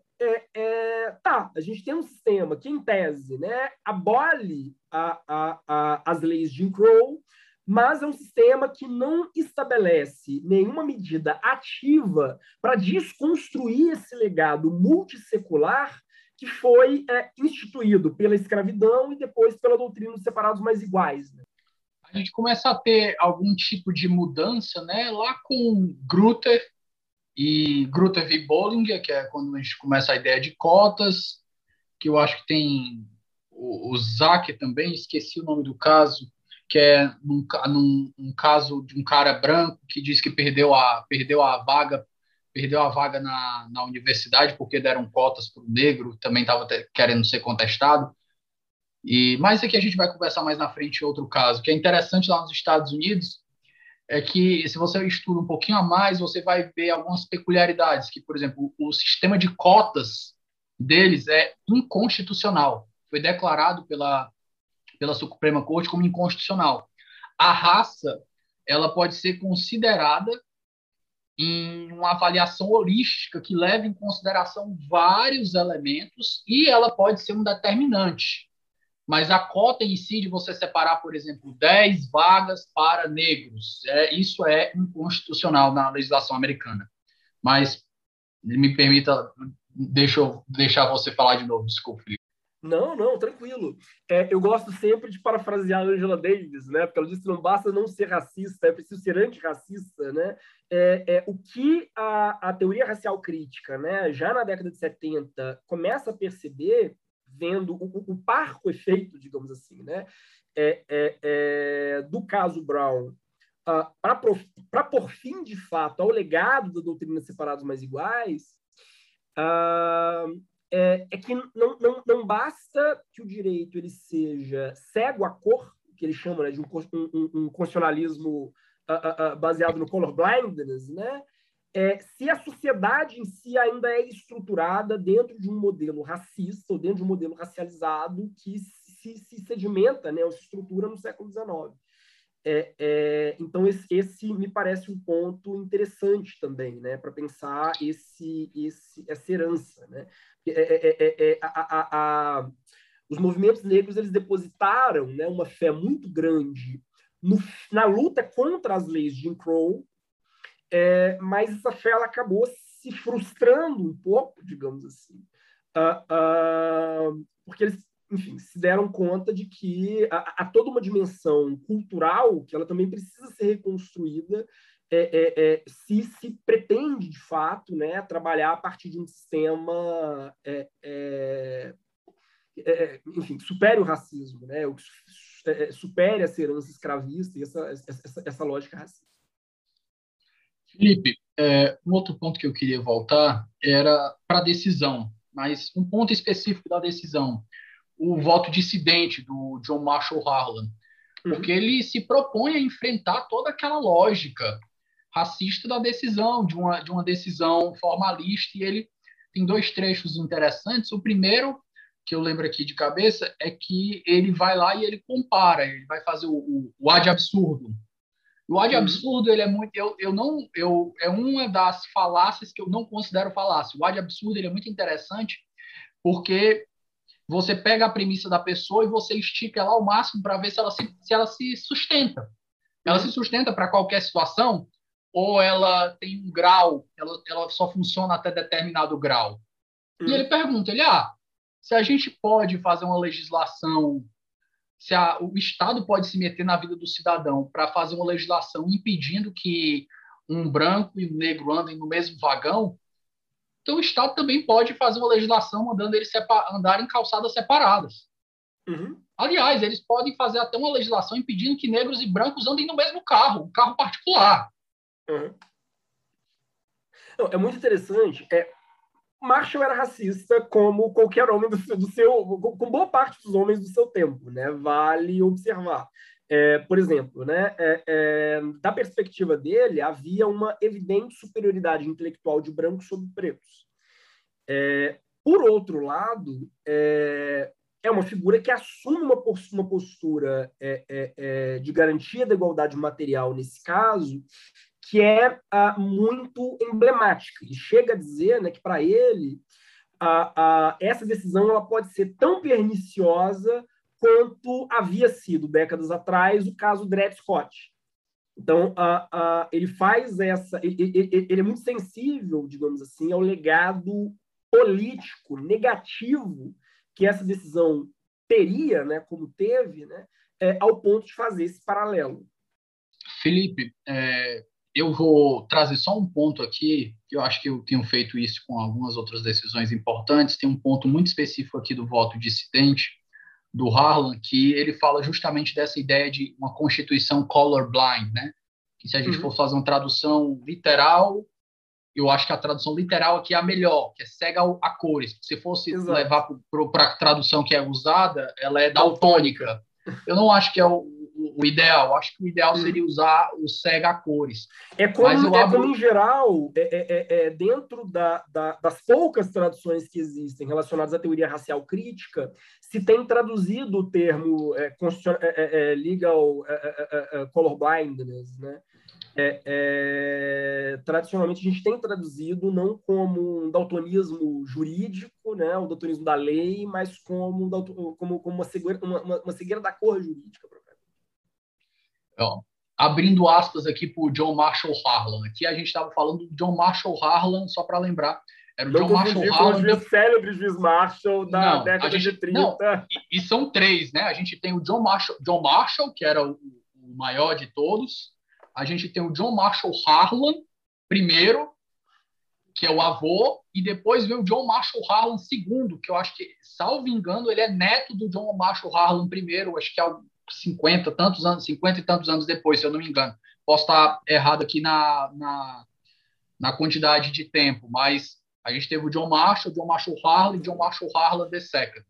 a gente tem um sistema que, em tese, né, abole as leis de Jim Crow, mas é um sistema que não estabelece nenhuma medida ativa para desconstruir esse legado multissecular que foi instituído pela escravidão e depois pela doutrina dos separados mais iguais. Né? A gente começa a ter algum tipo de mudança, né? Lá com Grutter e Grutter v. Bollinger, que é quando a gente começa a ideia de cotas, que eu acho que tem o Zack também, esqueci o nome do caso, que é num caso de um cara branco que diz que perdeu a vaga na universidade porque deram cotas para o negro, também estava querendo ser contestado. Mas isso aqui a gente vai conversar mais na frente em outro caso, que é interessante lá nos Estados Unidos, é que se você estuda um pouquinho a mais, você vai ver algumas peculiaridades, que, por exemplo, o sistema de cotas deles é inconstitucional. Foi declarado pela Suprema Corte como inconstitucional. A raça, ela pode ser considerada em uma avaliação holística que leva em consideração vários elementos e ela pode ser um determinante. Mas a cota em si de você separar, por exemplo, 10 vagas para negros, isso é inconstitucional na legislação americana. Mas me permita, deixa eu deixar você falar de novo, desculpe. Não, tranquilo. Eu gosto sempre de parafrasear a Angela Davis, né? Porque ela disse que não basta não ser racista, é preciso ser antirracista, né? O que a teoria racial crítica, né, já na década de 70, começa a perceber, vendo o parco efeito, digamos assim, né, do caso Brown, para pôr fim, de fato, ao legado da doutrina separados mais iguais, que não basta que o direito ele seja cego à cor, que eles chamam, né, de um constitucionalismo baseado no colorblindness, né? Se a sociedade em si ainda é estruturada dentro de um modelo racista ou dentro de um modelo racializado que se sedimenta, né, ou se estrutura no século XIX. Então, esse me parece um ponto interessante também, né, para pensar essa herança. Né? Os movimentos negros eles depositaram, né, uma fé muito grande na luta contra as leis de Jim Crow, mas essa fé ela acabou se frustrando um pouco, digamos assim, porque eles, enfim, se deram conta de que há toda uma dimensão cultural que ela também precisa ser reconstruída se pretende, de fato, né, trabalhar a partir de um sistema enfim, supere o racismo, né, supere essa herança escravista e essa lógica racista. Felipe, um outro ponto que eu queria voltar era para a decisão, mas um ponto específico da decisão, o voto dissidente do John Marshall Harlan, porque ele se propõe a enfrentar toda aquela lógica racista da decisão, de uma decisão formalista, e ele tem dois trechos interessantes. O primeiro, que eu lembro aqui de cabeça, é que ele vai lá e ele compara, ele vai fazer o ad absurdo. O ad absurdo, ele é muito... é uma das falácias que eu não considero falácia. O ad absurdo, ele é muito interessante porque você pega a premissa da pessoa e você estica ela ao máximo para ver se ela se sustenta. Ela se sustenta para qualquer situação ou ela tem um grau, ela só funciona até determinado grau. E ele pergunta, se a gente pode fazer uma legislação, se o Estado pode se meter na vida do cidadão para fazer uma legislação impedindo que um branco e um negro andem no mesmo vagão, então o Estado também pode fazer uma legislação mandando eles andar em calçadas separadas. Aliás, eles podem fazer até uma legislação impedindo que negros e brancos andem no mesmo carro, um carro particular. Não, é muito interessante. Marshall era racista como qualquer homem do seu, com boa parte dos homens do seu tempo, né? Vale observar. Por exemplo, né? Da perspectiva dele, havia uma evidente superioridade intelectual de brancos sobre pretos. Por outro lado, é uma figura que assume uma postura de garantia da igualdade material nesse caso, que é muito emblemática. Ele chega a dizer, né, que, para ele, essa decisão ela pode ser tão perniciosa quanto havia sido, décadas atrás, o caso Dred Scott. Então, ele faz ele é muito sensível, digamos assim, ao legado político negativo que essa decisão teria, né, como teve, né, ao ponto de fazer esse paralelo. Felipe, eu vou trazer só um ponto aqui, que eu acho que eu tenho feito isso com algumas outras decisões importantes. Tem um ponto muito específico aqui do voto dissidente, do Harlan, que ele fala justamente dessa ideia de uma constituição colorblind, né? Que se a gente for fazer uma tradução literal, eu acho que a tradução literal aqui é a melhor, que é cega a cores. Se fosse levar para a tradução que é usada, ela é daltônica. Eu não acho que é o ideal. Eu acho que o ideal seria usar o cega a cores. Como em geral, dentro das poucas traduções que existem relacionadas à teoria racial crítica, se tem traduzido o termo legal colorblindness, né? Tradicionalmente a gente tem traduzido não como um daltonismo jurídico, né, o daltonismo da lei, mas como uma cegueira da cor jurídica. Abrindo aspas aqui para o John Marshall Harlan. Aqui a gente estava falando do John Marshall Harlan, só para lembrar. Era o John Marshall Harlan. Com o célebre juiz Marshall da década de 30. Não, e são três, né? A gente tem o John Marshall, que era o maior de todos. A gente tem o John Marshall Harlan, primeiro, que é o avô, e depois vem o John Marshall Harlan segundo, que eu acho que, salvo engano, ele é neto do John Marshall Harlan primeiro, acho que é 50 e tantos anos depois, se eu não me engano. Posso estar errado aqui na quantidade de tempo, mas a gente teve o John Marshall Harlan e John Marshall Harlan II.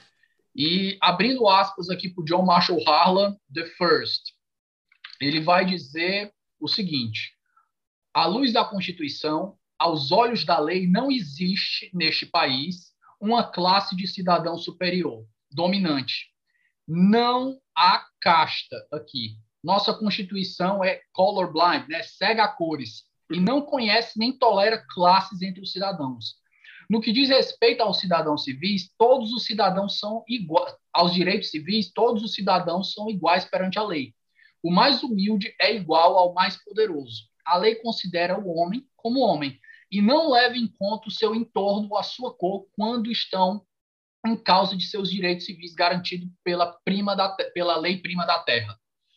E abrindo aspas aqui para o John Marshall Harlan I, ele vai dizer o seguinte: à luz da Constituição, aos olhos da lei, não existe neste país uma classe de cidadão superior, dominante. Não há casta aqui. Nossa Constituição é colorblind, né? Cega a cores, e não conhece nem tolera classes entre os cidadãos. No que diz respeito aos cidadãos civis, todos os cidadãos são iguais. Aos direitos civis, todos os cidadãos são iguais perante a lei. O mais humilde é igual ao mais poderoso. A lei considera o homem como homem e não leva em conta o seu entorno ou a sua cor quando estão em causa de seus direitos civis garantidos pela lei prima da terra.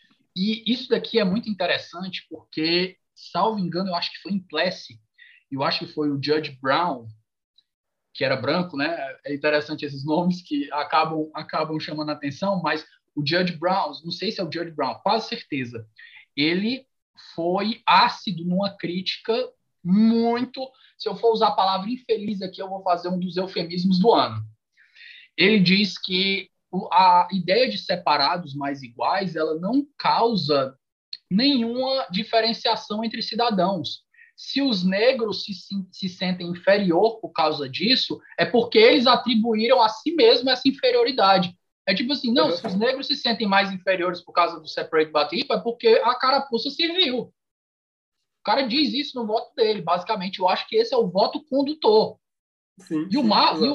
E isso daqui é muito interessante porque, salvo engano, eu acho que foi em Plessy, eu acho que foi o Judge Brown, que era branco, né? É interessante esses nomes que acabam chamando a atenção, mas o Judge Brown, não sei se é o Judge Brown, quase certeza, ele foi ácido numa crítica muito... Se eu for usar a palavra infeliz aqui, eu vou fazer um dos eufemismos do ano. Ele diz que a ideia de separados mais iguais, ela não causa nenhuma diferenciação entre cidadãos. Se os negros se sentem inferior por causa disso, é porque eles atribuíram a si mesmos essa inferioridade. É tipo assim, não, se os negros se sentem mais inferiores por causa do separate but equal, é porque a carapuça serviu. O cara diz isso no voto dele. Basicamente, eu acho que esse é o voto condutor. Sim, e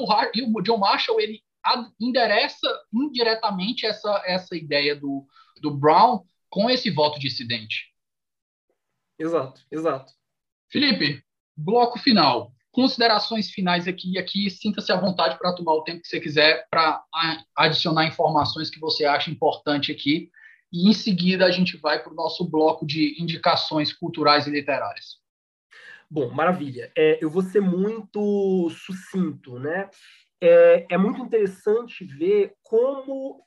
o John Marshall, ele endereça indiretamente essa ideia do Brown com esse voto dissidente. Exato. Felipe, bloco final. Considerações finais aqui, sinta-se à vontade para tomar o tempo que você quiser para adicionar informações que você acha importante aqui, e em seguida a gente vai para o nosso bloco de indicações culturais e literárias. Bom, maravilha. Eu vou ser muito sucinto, né? É muito interessante ver como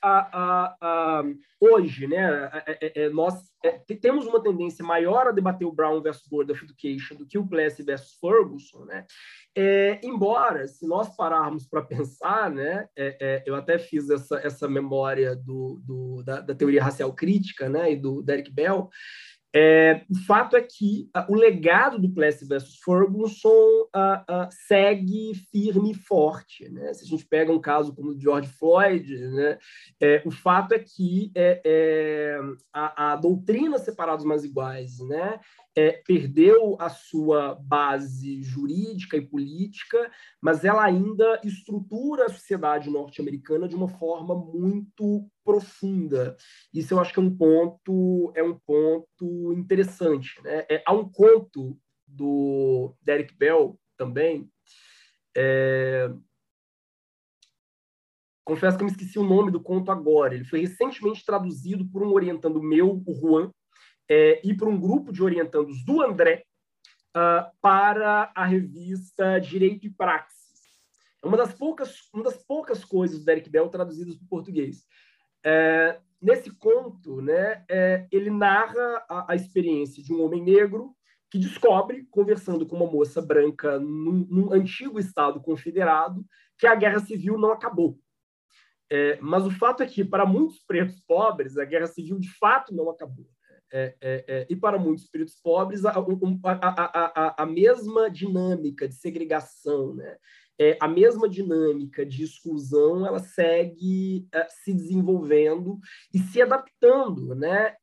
hoje, né, nós temos uma tendência maior a debater o Brown versus Board of Education do que o Plessy versus Ferguson, né? Embora, se nós pararmos para pensar, né, eu até fiz essa memória da teoria racial crítica, né, e do Derek Bell. O fato é que o legado do Plessy versus Ferguson segue firme e forte, né? Se a gente pega um caso como o de George Floyd, né, o fato é que a doutrina separados mais iguais, né, perdeu a sua base jurídica e política, mas ela ainda estrutura a sociedade norte-americana de uma forma muito profunda. Isso eu acho que é um ponto interessante, né? Há um conto do Derek Bell também. Confesso que eu me esqueci o nome do conto agora. Ele foi recentemente traduzido por um orientando meu, o Juan, e por um grupo de orientandos do André, para a revista Direito e Praxis. É uma das poucas coisas do Derek Bell traduzidas para o português. Nesse conto, né, ele narra a experiência de um homem negro que descobre, conversando com uma moça branca num antigo estado confederado, que a guerra civil não acabou. Mas o fato é que, para muitos pretos pobres, a guerra civil de fato não acabou. E para muitos pretos pobres, a mesma dinâmica de segregação, né? A mesma dinâmica de exclusão, ela segue se desenvolvendo e se adaptando, né?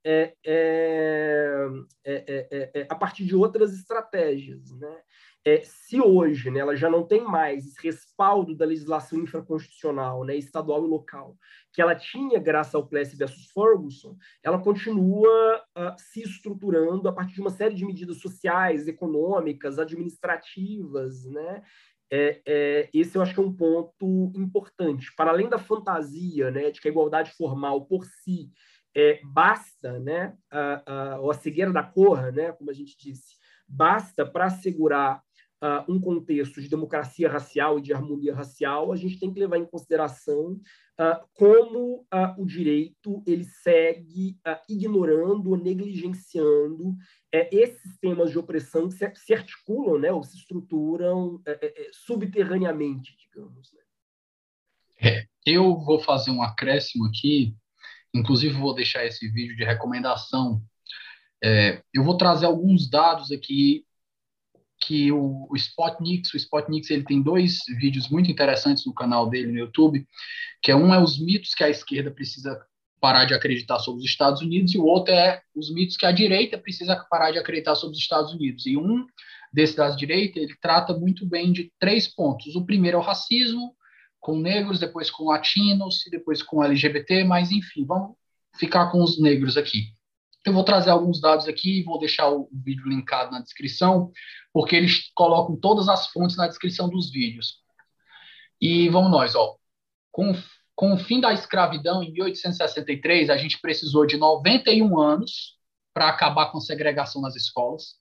A partir de outras estratégias, né? Se hoje, né, ela já não tem mais esse respaldo da legislação infraconstitucional, né, estadual e local, que ela tinha graças ao Plessy versus Ferguson, ela continua se estruturando a partir de uma série de medidas sociais, econômicas, administrativas, né? Esse eu acho que é um ponto importante. Para além da fantasia, né, de que a igualdade formal por si basta, né, ou a cegueira da cor, né, como a gente disse, basta para assegurar um contexto de democracia racial e de harmonia racial, a gente tem que levar em consideração como o direito ele segue ignorando ou negligenciando esses sistemas de opressão que se articulam, né, ou se estruturam subterraneamente, digamos. Né? Eu vou fazer um acréscimo aqui, inclusive vou deixar esse vídeo de recomendação. Eu vou trazer alguns dados aqui que o Spotnix ele tem 2 vídeos muito interessantes no canal dele no YouTube, que um é os mitos que a esquerda precisa parar de acreditar sobre os Estados Unidos, e o outro é os mitos que a direita precisa parar de acreditar sobre os Estados Unidos. E um desses da direita, ele trata muito bem de 3 pontos. O primeiro é o racismo, com negros, depois com latinos, e depois com LGBT, mas enfim, vamos ficar com os negros aqui. Eu vou trazer alguns dados aqui e vou deixar o vídeo linkado na descrição, porque eles colocam todas as fontes na descrição dos vídeos. E vamos nós, ó. Com o fim da escravidão, em 1863, a gente precisou de 91 anos para acabar com a segregação nas escolas,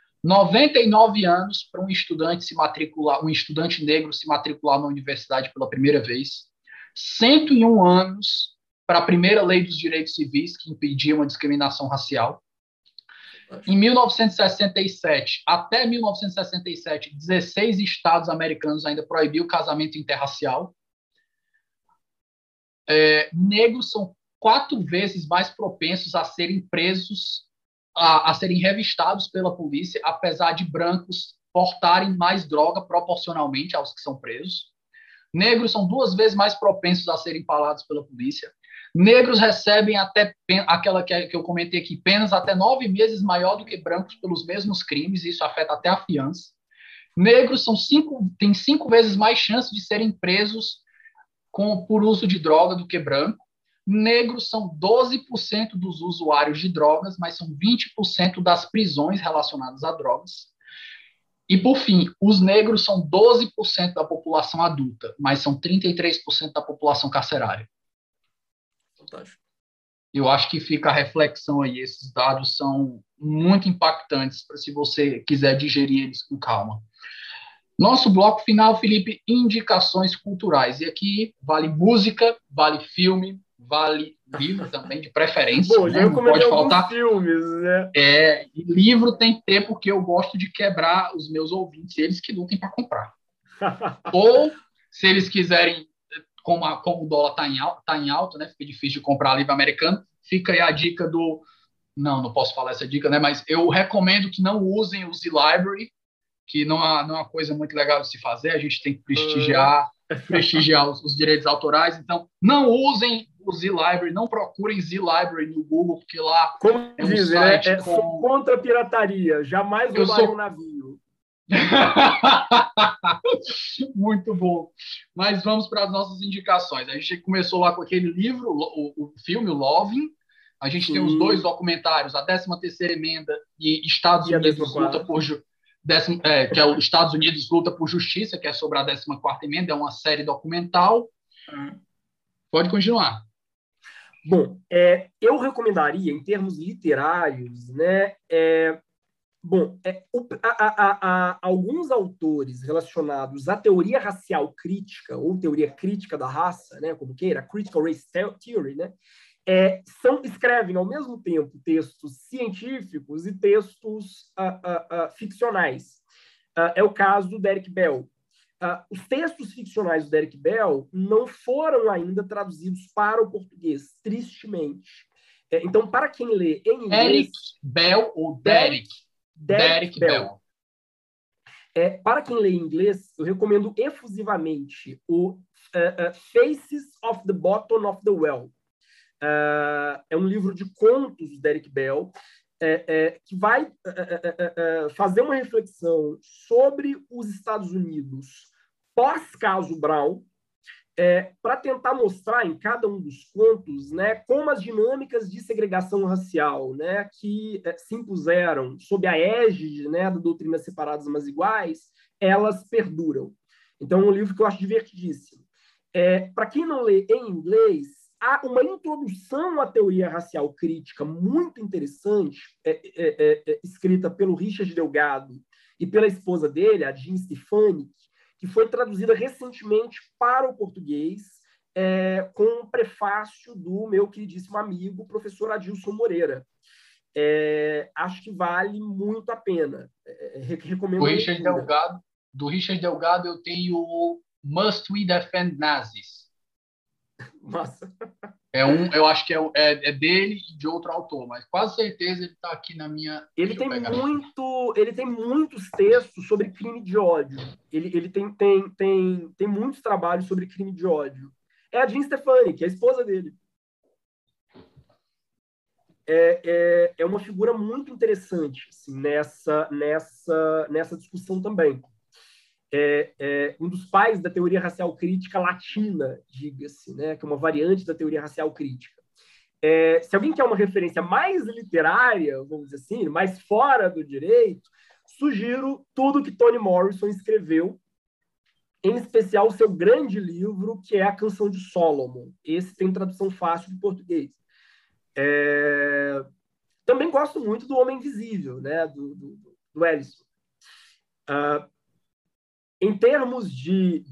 99 anos para um estudante negro se matricular na universidade pela primeira vez, 101 anos para a primeira lei dos direitos civis, que impedia uma discriminação racial. Em 1967, até 1967, 16 estados americanos ainda proibiam o casamento interracial. Negros são 4 vezes mais propensos a serem presos, a serem revistados pela polícia, apesar de brancos portarem mais droga proporcionalmente aos que são presos. Negros são 2 vezes mais propensos a serem empalados pela polícia. Negros recebem até aquela que eu comentei aqui, penas até 9 meses maior do que brancos pelos mesmos crimes, e isso afeta até a fiança. Negros têm 5 vezes mais chance de serem presos por uso de droga do que branco. Negros são 12% dos usuários de drogas, mas são 20% das prisões relacionadas a drogas. E, por fim, os negros são 12% da população adulta, mas são 33% da população carcerária. Fantástico. Eu acho que fica a reflexão aí. Esses dados são muito impactantes para se você quiser digerir eles com calma. Nosso bloco final, Felipe, indicações culturais. E aqui vale música, vale filme, vale livro também, de preferência. Bom, já né? Não pode faltar filmes, né? E livro tem que ter, porque eu gosto de quebrar os meus ouvintes, eles que lutem para comprar. Ou, se eles quiserem, como o dólar tá em alta, né? Fica difícil de comprar livro americano, fica aí a dica do... Não posso falar essa dica, né? Mas eu recomendo que não usem o Z-Library, que não é uma coisa muito legal de se fazer, a gente tem que prestigiar os direitos autorais, então não usem o Z-Library. Não procurem Z-Library no Google, porque lá Como é um dizem, site né? Sou contra a pirataria. Jamais Eu roubarei sou- um navio. Muito bom. Mas vamos para as nossas indicações. A gente começou lá com aquele livro, o filme, o Loving. A gente tem os dois Sim. documentários, a 13ª Emenda e Estados E a Unidos 14ª. luta por que é o Estados Unidos luta por justiça, que é sobre a 14ª Emenda, é uma série documental. Pode continuar. Bom, eu recomendaria, em termos literários, né? Alguns autores relacionados à teoria racial crítica, ou teoria crítica da raça, né, como queira, Critical Race Theory, né, escrevem ao mesmo tempo textos científicos e textos ficcionais. É o caso do Derek Bell. Os textos ficcionais do Derek Bell não foram ainda traduzidos para o português, tristemente. Então, para quem lê em inglês... Eric Bell ou Derek? Derek Bell. Para quem lê em inglês, eu recomendo efusivamente o Faces of the Bottom of the Well. É um livro de contos do Derek Bell, que vai fazer uma reflexão sobre os Estados Unidos pós-caso Brown, para tentar mostrar em cada um dos contos, né, como as dinâmicas de segregação racial, né, que se impuseram sob a égide, né, da doutrina separadas mas iguais, elas perduram. Então, é um livro que eu acho divertidíssimo. Para quem não lê em inglês, há uma introdução à teoria racial crítica muito interessante, escrita pelo Richard Delgado e pela esposa dele, a Jean Stefanik, que foi traduzida recentemente para o português, com um prefácio do meu queridíssimo amigo, professor Adilson Moreira. Acho que vale muito a pena. Recomendo a leitura. Do Richard Delgado, eu tenho o Must We Defend Nazis? Massa. Eu acho que é dele e de outro autor, mas quase certeza ele está aqui na minha... Ele tem muitos textos sobre crime de ódio. Ele tem muitos trabalhos sobre crime de ódio. É a Jean Stefanik, a esposa dele. É uma figura muito interessante assim, nessa discussão também. Um dos pais da teoria racial crítica latina, diga-se, né, que é uma variante da teoria racial crítica. Se alguém quer uma referência mais literária, vamos dizer assim, mais fora do direito, sugiro tudo que Toni Morrison escreveu, em especial o seu grande livro, que é A Canção de Solomon. Esse tem tradução fácil de português. Também gosto muito do Homem Invisível, né, do Ellison. Em termos de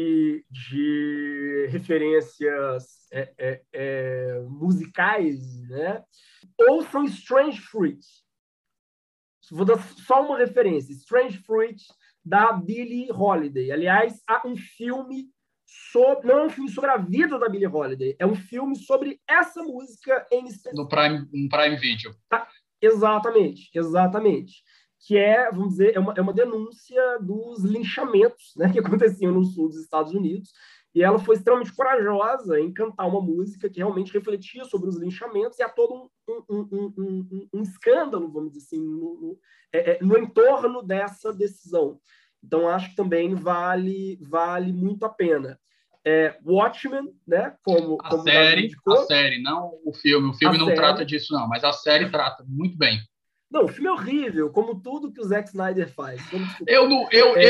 referências musicais, né? Ouçam Strange Fruit. Vou dar só uma referência. Strange Fruit, da Billie Holiday. Aliás, há um filme não é um filme sobre a vida da Billie Holiday, é um filme sobre essa música em específico. No Prime Video. Tá? Exatamente. Que vamos dizer, é uma denúncia dos linchamentos, né, que aconteciam no sul dos Estados Unidos, e ela foi extremamente corajosa em cantar uma música que realmente refletia sobre os linchamentos, e há todo um escândalo, vamos dizer assim, no entorno dessa decisão. Então, acho que também vale muito a pena. Watchmen, né, como a série, não o filme. O filme não trata disso, não, mas a série trata muito bem. Não, o filme é horrível, como tudo que o Zack Snyder faz. Eu não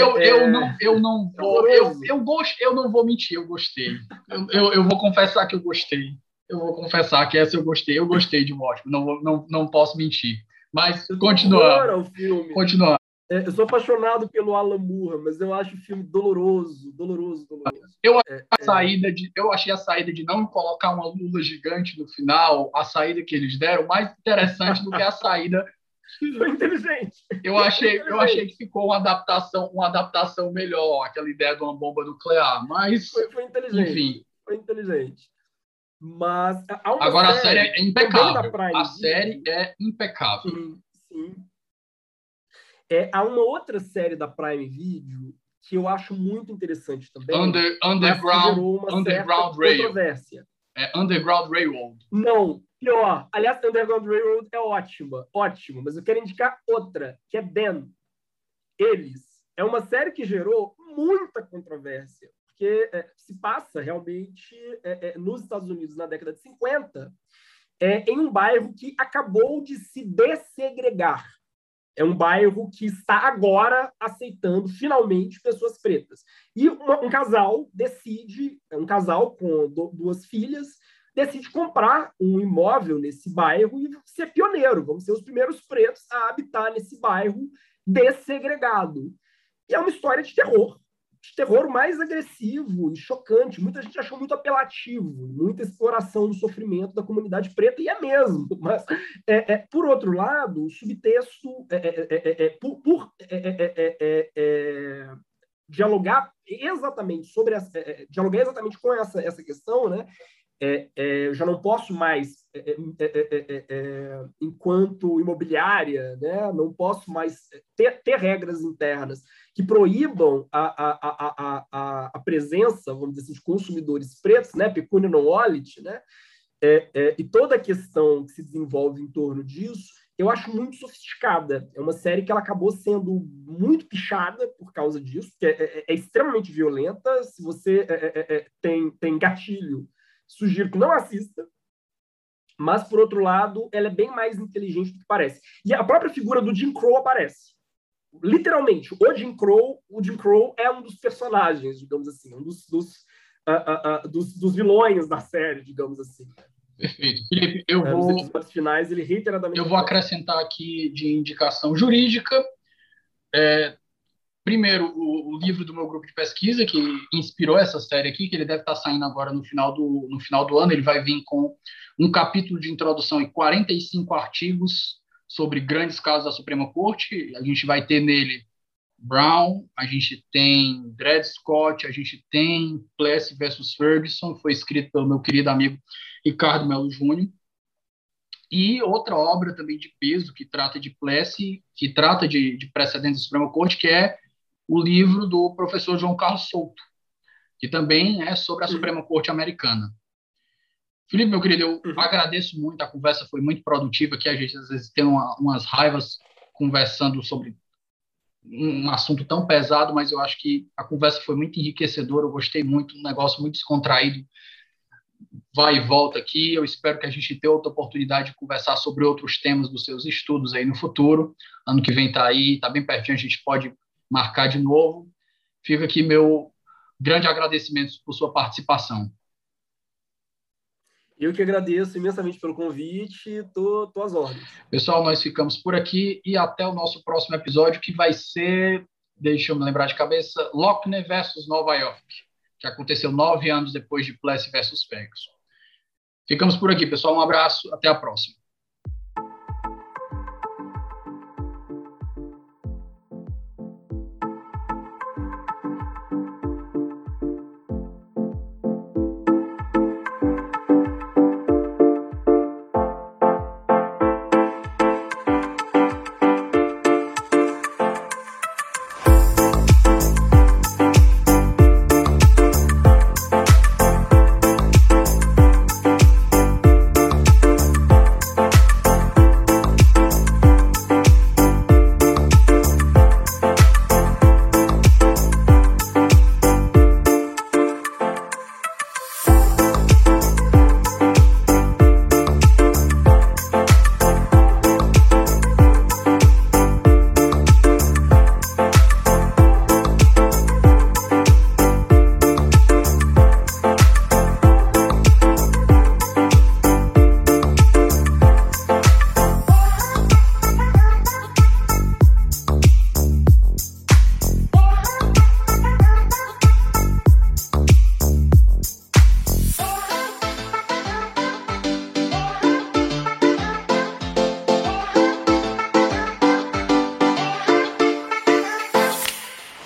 vou mentir, eu gostei. Eu vou confessar que eu gostei. Eu vou confessar que essa eu gostei. Eu gostei de Watchmen, não posso mentir. Mas continuando. Eu sou apaixonado pelo Alan Moore, mas eu acho o filme doloroso. Eu achei a saída de não colocar uma lula gigante no final, a saída que eles deram, mais interessante do que a saída. Foi inteligente. Eu achei que ficou uma adaptação melhor, aquela ideia de uma bomba nuclear, mas foi inteligente. Enfim. Foi inteligente. Mas agora a série é impecável. A série é impecável. Sim. Há uma outra série da Prime Video que eu acho muito interessante também. Underground Rail. Controvérsia. Underground Railroad. Não, pior. Aliás, Underground Railroad é ótima, mas eu quero indicar outra, que é Dan. Eles. É uma série que gerou muita controvérsia, porque se passa realmente nos Estados Unidos na década de 50, em um bairro que acabou de se dessegregar. É um bairro que está agora aceitando, finalmente, pessoas pretas. E um casal decide, um casal com duas filhas, decide comprar um imóvel nesse bairro e ser pioneiro. Vamos ser os primeiros pretos a habitar nesse bairro dessegregado. E é uma história de terror mais agressivo e chocante. Muita gente achou muito apelativo, muita exploração do sofrimento da comunidade preta, e é mesmo. Mas, por outro lado, o subtexto, por dialogar exatamente dialogar exatamente com essa questão, né? Eu já não posso mais, enquanto imobiliária, né, não posso mais ter regras internas que proíbam a presença, vamos dizer assim, de consumidores pretos, né, pecuniary non-olit, né, e toda a questão que se desenvolve em torno disso, eu acho muito sofisticada. É uma série que ela acabou sendo muito pichada por causa disso, que é extremamente violenta. Se você tem gatilho, sugiro que não assista, mas, por outro lado, ela é bem mais inteligente do que parece. E a própria figura do Jim Crow aparece. Literalmente, o Jim Crow é um dos personagens, digamos assim, um dos vilões da série, digamos assim. Perfeito. Felipe, nos episódios finais, ele reiteradamente... Eu vou acrescentar aqui de indicação jurídica. Primeiro, o livro do meu grupo de pesquisa, que inspirou essa série aqui, que ele deve estar saindo agora no final do ano. Ele vai vir com um capítulo de introdução e 45 artigos sobre grandes casos da Suprema Corte. A gente vai ter nele Brown, a gente tem Dred Scott, a gente tem Plessy versus Ferguson, foi escrito pelo meu querido amigo Ricardo Melo Júnior. E outra obra também de peso que trata de Plessy, que trata de precedentes da Suprema Corte, que é o livro do professor João Carlos Souto, que também é sobre a Suprema Corte americana. Felipe, meu querido, eu agradeço muito, a conversa foi muito produtiva, que a gente às vezes tem umas raivas conversando sobre um assunto tão pesado, mas eu acho que a conversa foi muito enriquecedora, eu gostei muito, um negócio muito descontraído, vai e volta aqui. Eu espero que a gente tenha outra oportunidade de conversar sobre outros temas dos seus estudos aí no futuro. Ano que vem está aí, está bem pertinho, a gente pode marcar de novo. Fica aqui meu grande agradecimento por sua participação. Eu que agradeço imensamente pelo convite, estou às ordens. Pessoal, nós ficamos por aqui e até o nosso próximo episódio, que vai ser, deixa eu me lembrar de cabeça, Lochner versus Nova York, que aconteceu 9 anos depois de Plessy versus Ferguson. Ficamos por aqui, pessoal. Um abraço, até a próxima.